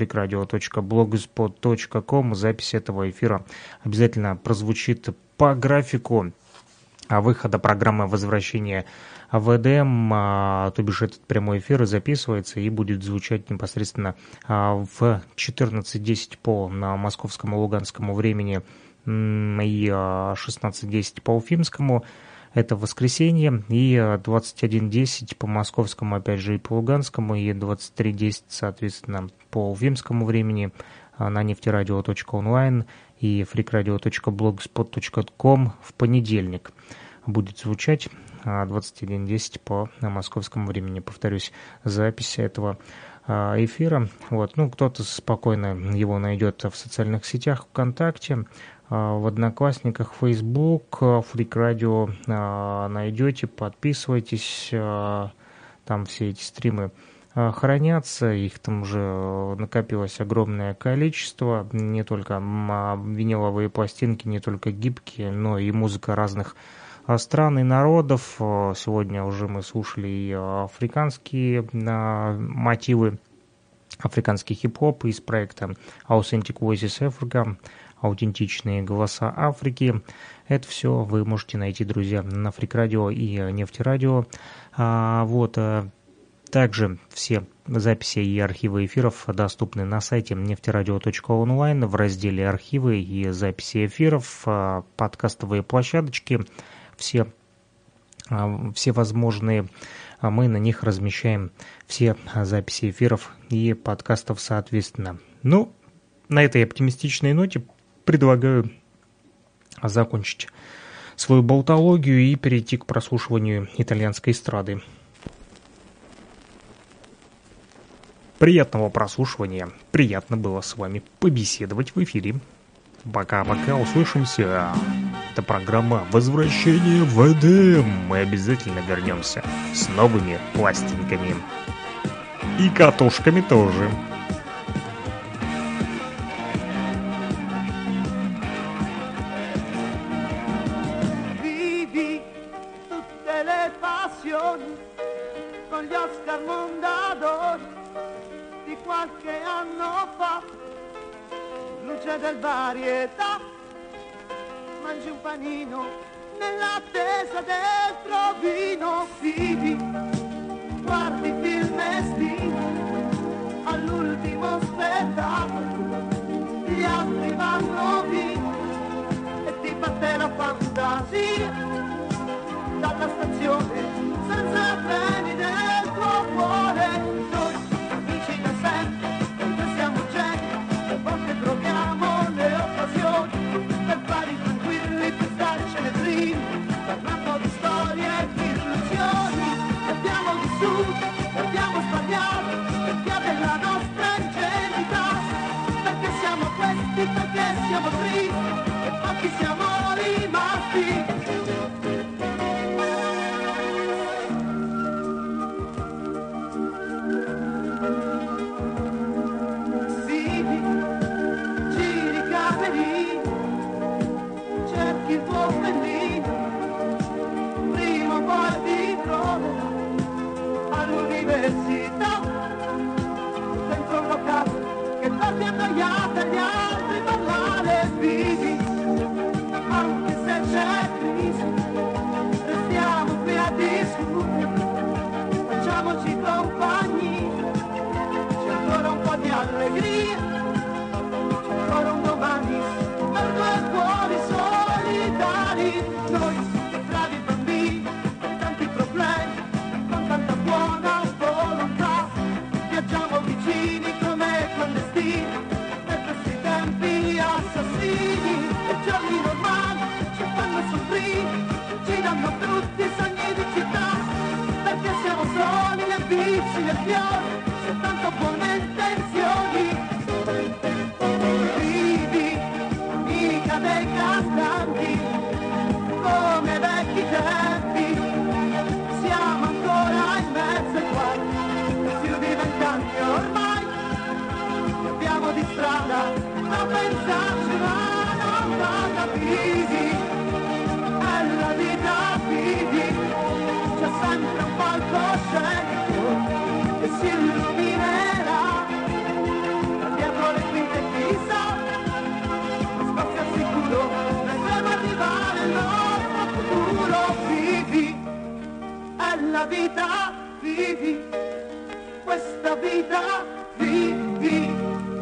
freakradio.blogspot.com. Запись этого эфира обязательно прозвучит по графику выхода программы «Возвращение в Эдем», то бишь этот прямой эфир записывается и будет звучать непосредственно в 14:10 по московскому и луганскому времени и 16:10 по уфимскому. Это воскресенье, и 21:10 по московскому, опять же, и по луганскому, и 23:10, соответственно, по уфимскому времени на нефтерадио.онлайн и freakradio.blogspot.com в понедельник будет звучать 21:10 по московскому времени. Повторюсь, запись этого эфира. Вот. Ну, кто-то спокойно его найдет в социальных сетях, ВКонтакте, в Одноклассниках, Facebook, Freak Radio найдете, подписывайтесь, там все эти стримы хранятся, их там уже накопилось огромное количество, не только виниловые пластинки, не только гибкие, но и музыка разных стран и народов. Сегодня уже мы слушали и африканские мотивы, африканский хип-хоп из проекта Authentic Voices Africa, аутентичные голоса Африки. Это все вы можете найти, друзья, на Freak Radio и Нефтерадио. Вот. Также все записи и архивы эфиров доступны на сайте нефтерадио.онлайн в разделе «Архивы» и записи эфиров, подкастовые площадочки, все возможные. Мы на них размещаем все записи эфиров и подкастов соответственно. Ну, на этой оптимистичной ноте предлагаю закончить свою болтологию и перейти к прослушиванию итальянской эстрады. Приятного прослушивания. Приятно было с вами побеседовать в эфире. Пока-пока, услышимся. Это программа «Возвращение в Эдем». Мы обязательно вернемся с новыми пластинками. И катушками тоже. Vivi tutte le passioni con gli Oscar Mondadori di qualche anno fa, luce del varietà, mangi un panino nell'attesa del provino, vivi, guardi film estivi all'ultimo spettacolo, gli altri vanno via e ti batte la fantasia dalla stazione senza treni del tuo cuore. Noi amici da sempre, noi siamo geni, a volte troviamo le occasioni per fare tranquilli, per stare cenebrini, parlando di storie e di illusioni. sbagliata agli altri parlare, vivi, anche se c'è crisi, restiamo qui a discutere, facciamoci compagnia, c'è ancora un po' di allegria, c'è ancora un domani, per due cuori solidari, noi bravi bambini, con tanti problemi, con tanta buona volontà, viaggiamo vicini come clandestini, per questi tempi assassini, e giorni normali ci fanno soffrire, ci danno tutti i sogni di città, perché siamo soli nel vizi, nel fiore, soltanto buone intenzioni. Vivi, amica dei cantanti, come vecchi tempi, siamo ancora in mezzo ai guai, più di 20 anni ormai, che abbiamo di strada a pensarci ma non vada, vivi, è la vita, vivi, c'è sempre un palcoscenico che si illuminerà, da dietro le quinte chissà, spazio al sicuro, vedremo arrivare il nostro futuro, vivi, è la vita, vivi, questa vita, vivi.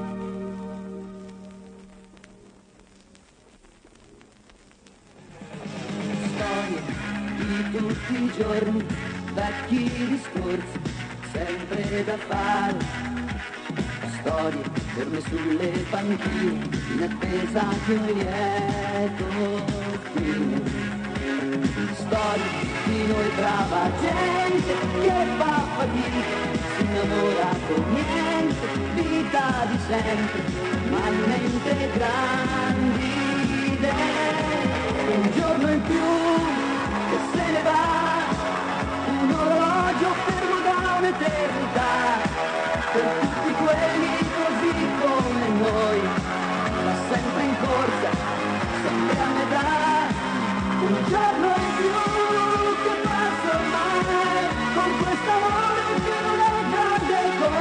Storie di tutti i giorni, vecchi discorsi, sempre da fare. Storie ferme sulle panchine, in attesa di un lieto fine. Storie di noi brava gente che fa fatica, si innamora con niente, vita di sempre, ma in mente grandi idee. Un giorno in più che se ne va, un orologio fermo da un'eternità, per tutti quelli così come noi, va sempre in corsa, sempre a metà. Un giorno in più che passa ormai, con questo amore che non è grande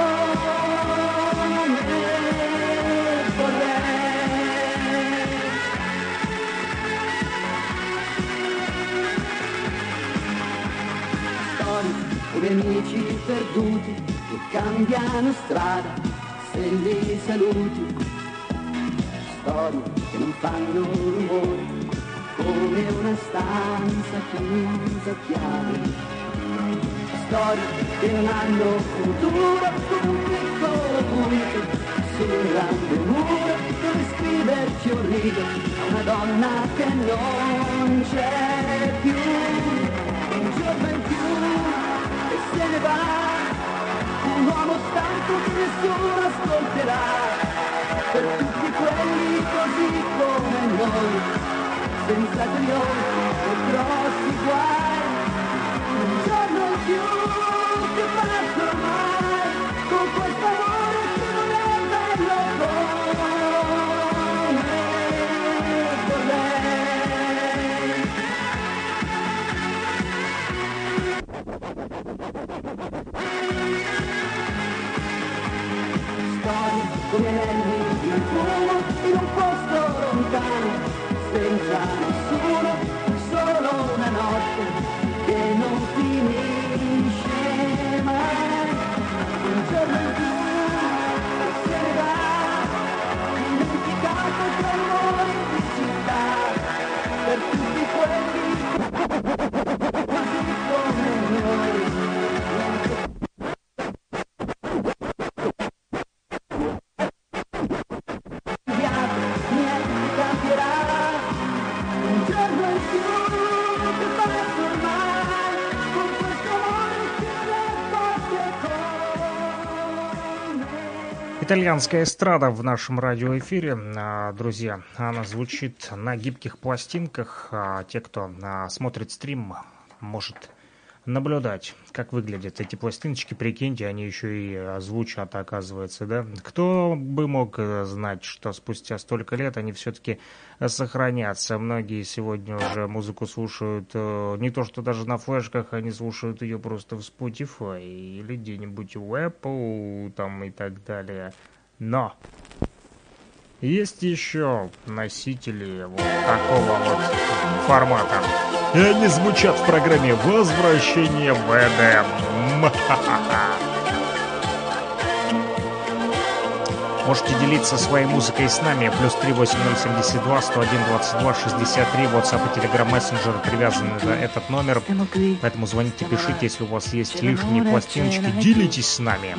come vorrei. Storie come amici perduti che cambiano strada se li saluti, storie che non fanno rumore come una stanza chiusa a chiave, storie che non hanno futuro come un piccolo punto sul grande muro dove scriverci un rigo a una donna che non c'è più. Un giorno in più e se ne va, un uomo stanco che nessuno ascolterà, per tutti quelli così come noi, senza trionfi o grossi guai. Un giorno in più che passa ormai, con questo amore che non è bello come vorrei. Storie come anelli di fumo in un posto lontano, senza nessuno, solo una notte che non finisce mai. Un giorno in più se ne va, dimenticato tra i rumori di città, per tutti quelli così come noi. Итальянская эстрада в нашем радиоэфире, друзья, она звучит на гибких пластинках. Те, кто смотрит стрим, может наблюдать, как выглядят эти пластиночки. Прикиньте, они еще и звучат, оказывается, да? Кто бы мог знать, что спустя столько лет они все-таки сохранятся. Многие сегодня уже музыку слушают не то, что даже на флешках, они слушают ее просто в Spotify или где-нибудь в Apple там и так далее. Но Есть еще носители вот такого вот формата. И они звучат в программе «Возвращение в Эдем». Можете делиться своей музыкой с нами. Плюс 38072 101 22 63. WhatsApp и Telegram Messenger привязаны на этот номер. Поэтому звоните, пишите, если у вас есть лишние пластиночки. Делитесь с нами.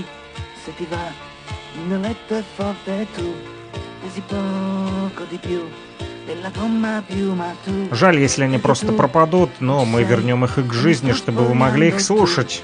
Жаль, если они просто пропадут, но мы вернем их к жизни, чтобы вы могли их слушать.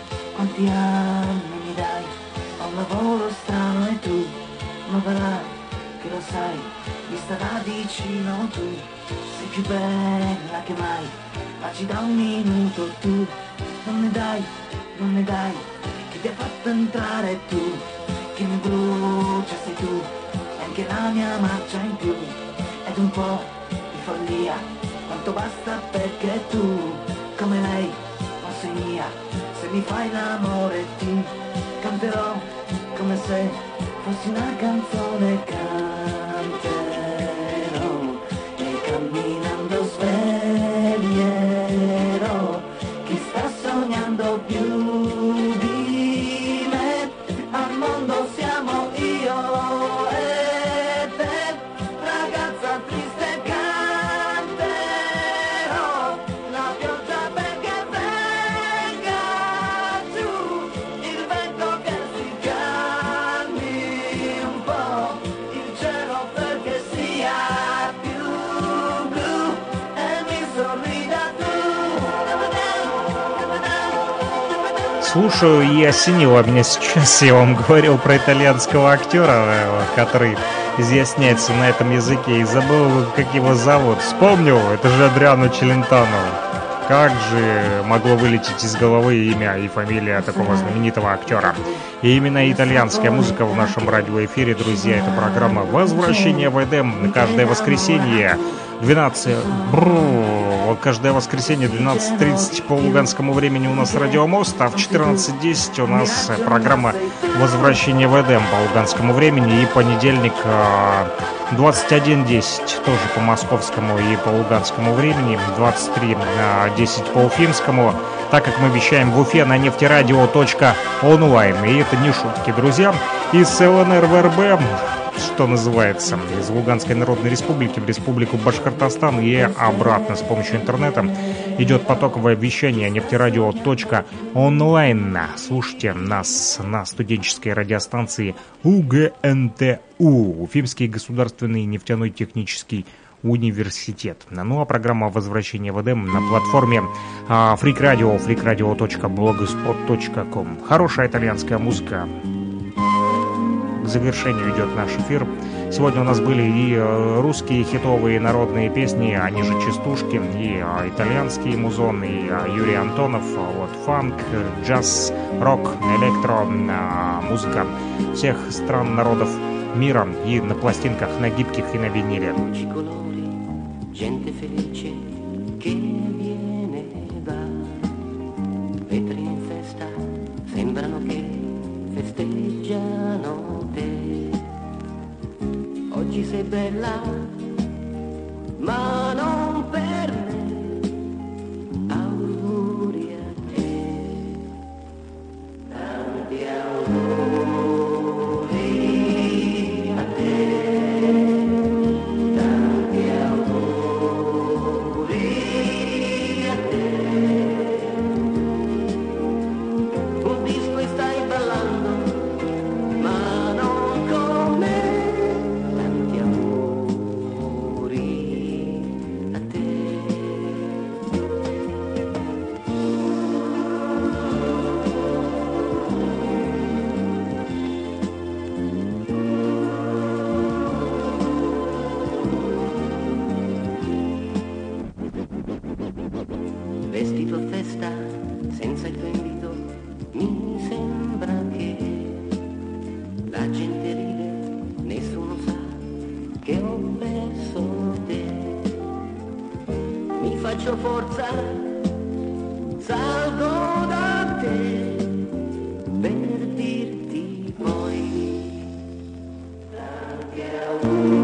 Ma vedrai che lo sai, vista da vicino tu sei più bella che mai, ma ci da un minuto tu, non ne dai, che ti ha fatto entrare tu, che mi brucia sei tu, e anche la mia marcia in più, ed un po' di follia, quanto basta perché tu, come lei, non sei mia, se mi fai l'amore ti canterò come se fossi una canzone, canterò e camminando sveglierò chi sta sognando più di me. Al mondo siamo io e te, ragazza triste, canterò la pioggia perché venga giù, il vento che si слушаю и осенило меня сейчас. Я вам говорил про итальянского актера, который изъясняется на этом языке, и забыл, как его зовут. Вспомнил, это же Адриано Челентано. Как же могло вылететь из головы имя и фамилия такого знаменитого актера? И именно итальянская музыка в нашем радиоэфире, друзья. Это программа «Возвращение в Эдем» каждое воскресенье. 12. Каждое воскресенье 12:30 по луганскому времени у нас Радиомост, а в 14:10 у нас программа «Возвращение в Эдем» по луганскому времени, и понедельник 21:10 тоже по московскому и по луганскому времени, 23:10 по уфимскому, так как мы вещаем в Уфе на нефтерадио.онлайн. И это не шутки, друзья. Из ЛНР ВРБ, что называется, из Луганской Народной Республики в Республику Башкортостан и обратно с помощью интернета идет потоковое вещание нефтерадио.онлайн. Слушайте нас на студенческой радиостанции УГНТУ, Уфимский государственный нефтяной технический университет. Ну а программа «Возвращение в Эдем» на платформе Freak Radio, freakradio.blogspot.com. Хорошая итальянская музыка. К завершению идет наш эфир. Сегодня у нас были и русские хитовые народные песни, они же частушки, и итальянские музоны, и Юрий Антонов, вот, фанк, джаз, рок, электро, музыка всех стран, народов мира, и на пластинках, на гибких и на виниле. Oggi sei bella, ma non per me, auguri a te, tanti auguri a te, tanti auguri a te. Un disco e stai ballando, ma non con me. Vestito a festa, senza il tuo invito, mi sembra che la gente ride, nessuno sa che ho perso te. Mi faccio forza, salgo da te per dirti poi tanti auguri.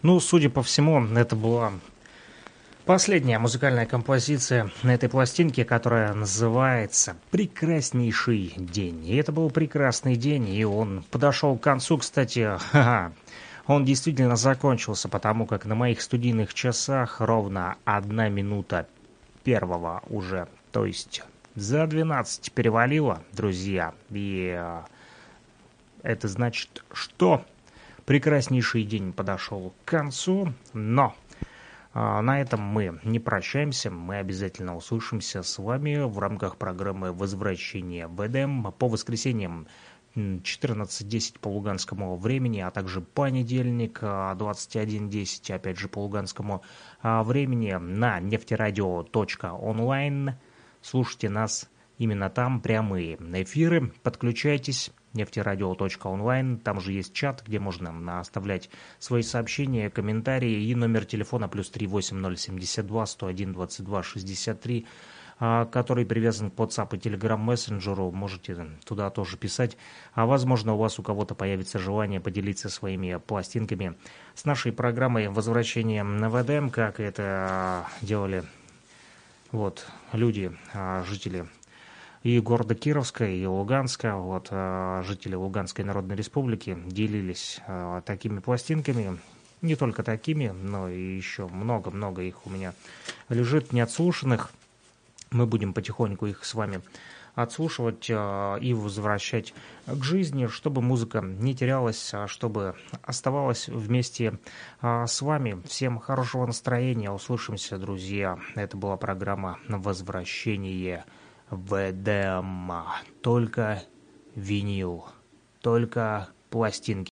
Ну, судя по всему, это была последняя музыкальная композиция на этой пластинке, которая называется «Прекраснейший день». И это был прекрасный день, и он подошел к концу, кстати, он действительно закончился, потому как на моих студийных часах ровно 1 минута первого уже, то есть за 12 перевалило, друзья, и это значит, что прекраснейший день подошел к концу, но на этом мы не прощаемся, мы обязательно услышимся с вами в рамках программы «Возвращение в Эдем» по воскресеньям 14:10 по луганскому времени, а также понедельник 21:10, опять же по луганскому времени на нефтерадио.онлайн. Слушайте нас именно там, прямые эфиры, подключайтесь. Нефтерадио.онлайн, там же есть чат, где можно оставлять свои сообщения, комментарии и номер телефона +3 8072 101 22 63, который привязан к WhatsApp и Telegram мессенджеру, можете туда тоже писать, а возможно у вас у кого-то появится желание поделиться своими пластинками с нашей программой «Возвращение в Эдем», как это делали вот люди, жители и города Кировска, и Луганска, вот, жители Луганской Народной Республики делились такими пластинками, не только такими, но и еще много-много их у меня лежит неотслушанных. Мы будем потихоньку их с вами отслушивать и возвращать к жизни, чтобы музыка не терялась, чтобы оставалась вместе с вами. Всем хорошего настроения, услышимся, друзья. Это была программа «Возвращение в Эдем». Только винил, только пластинки.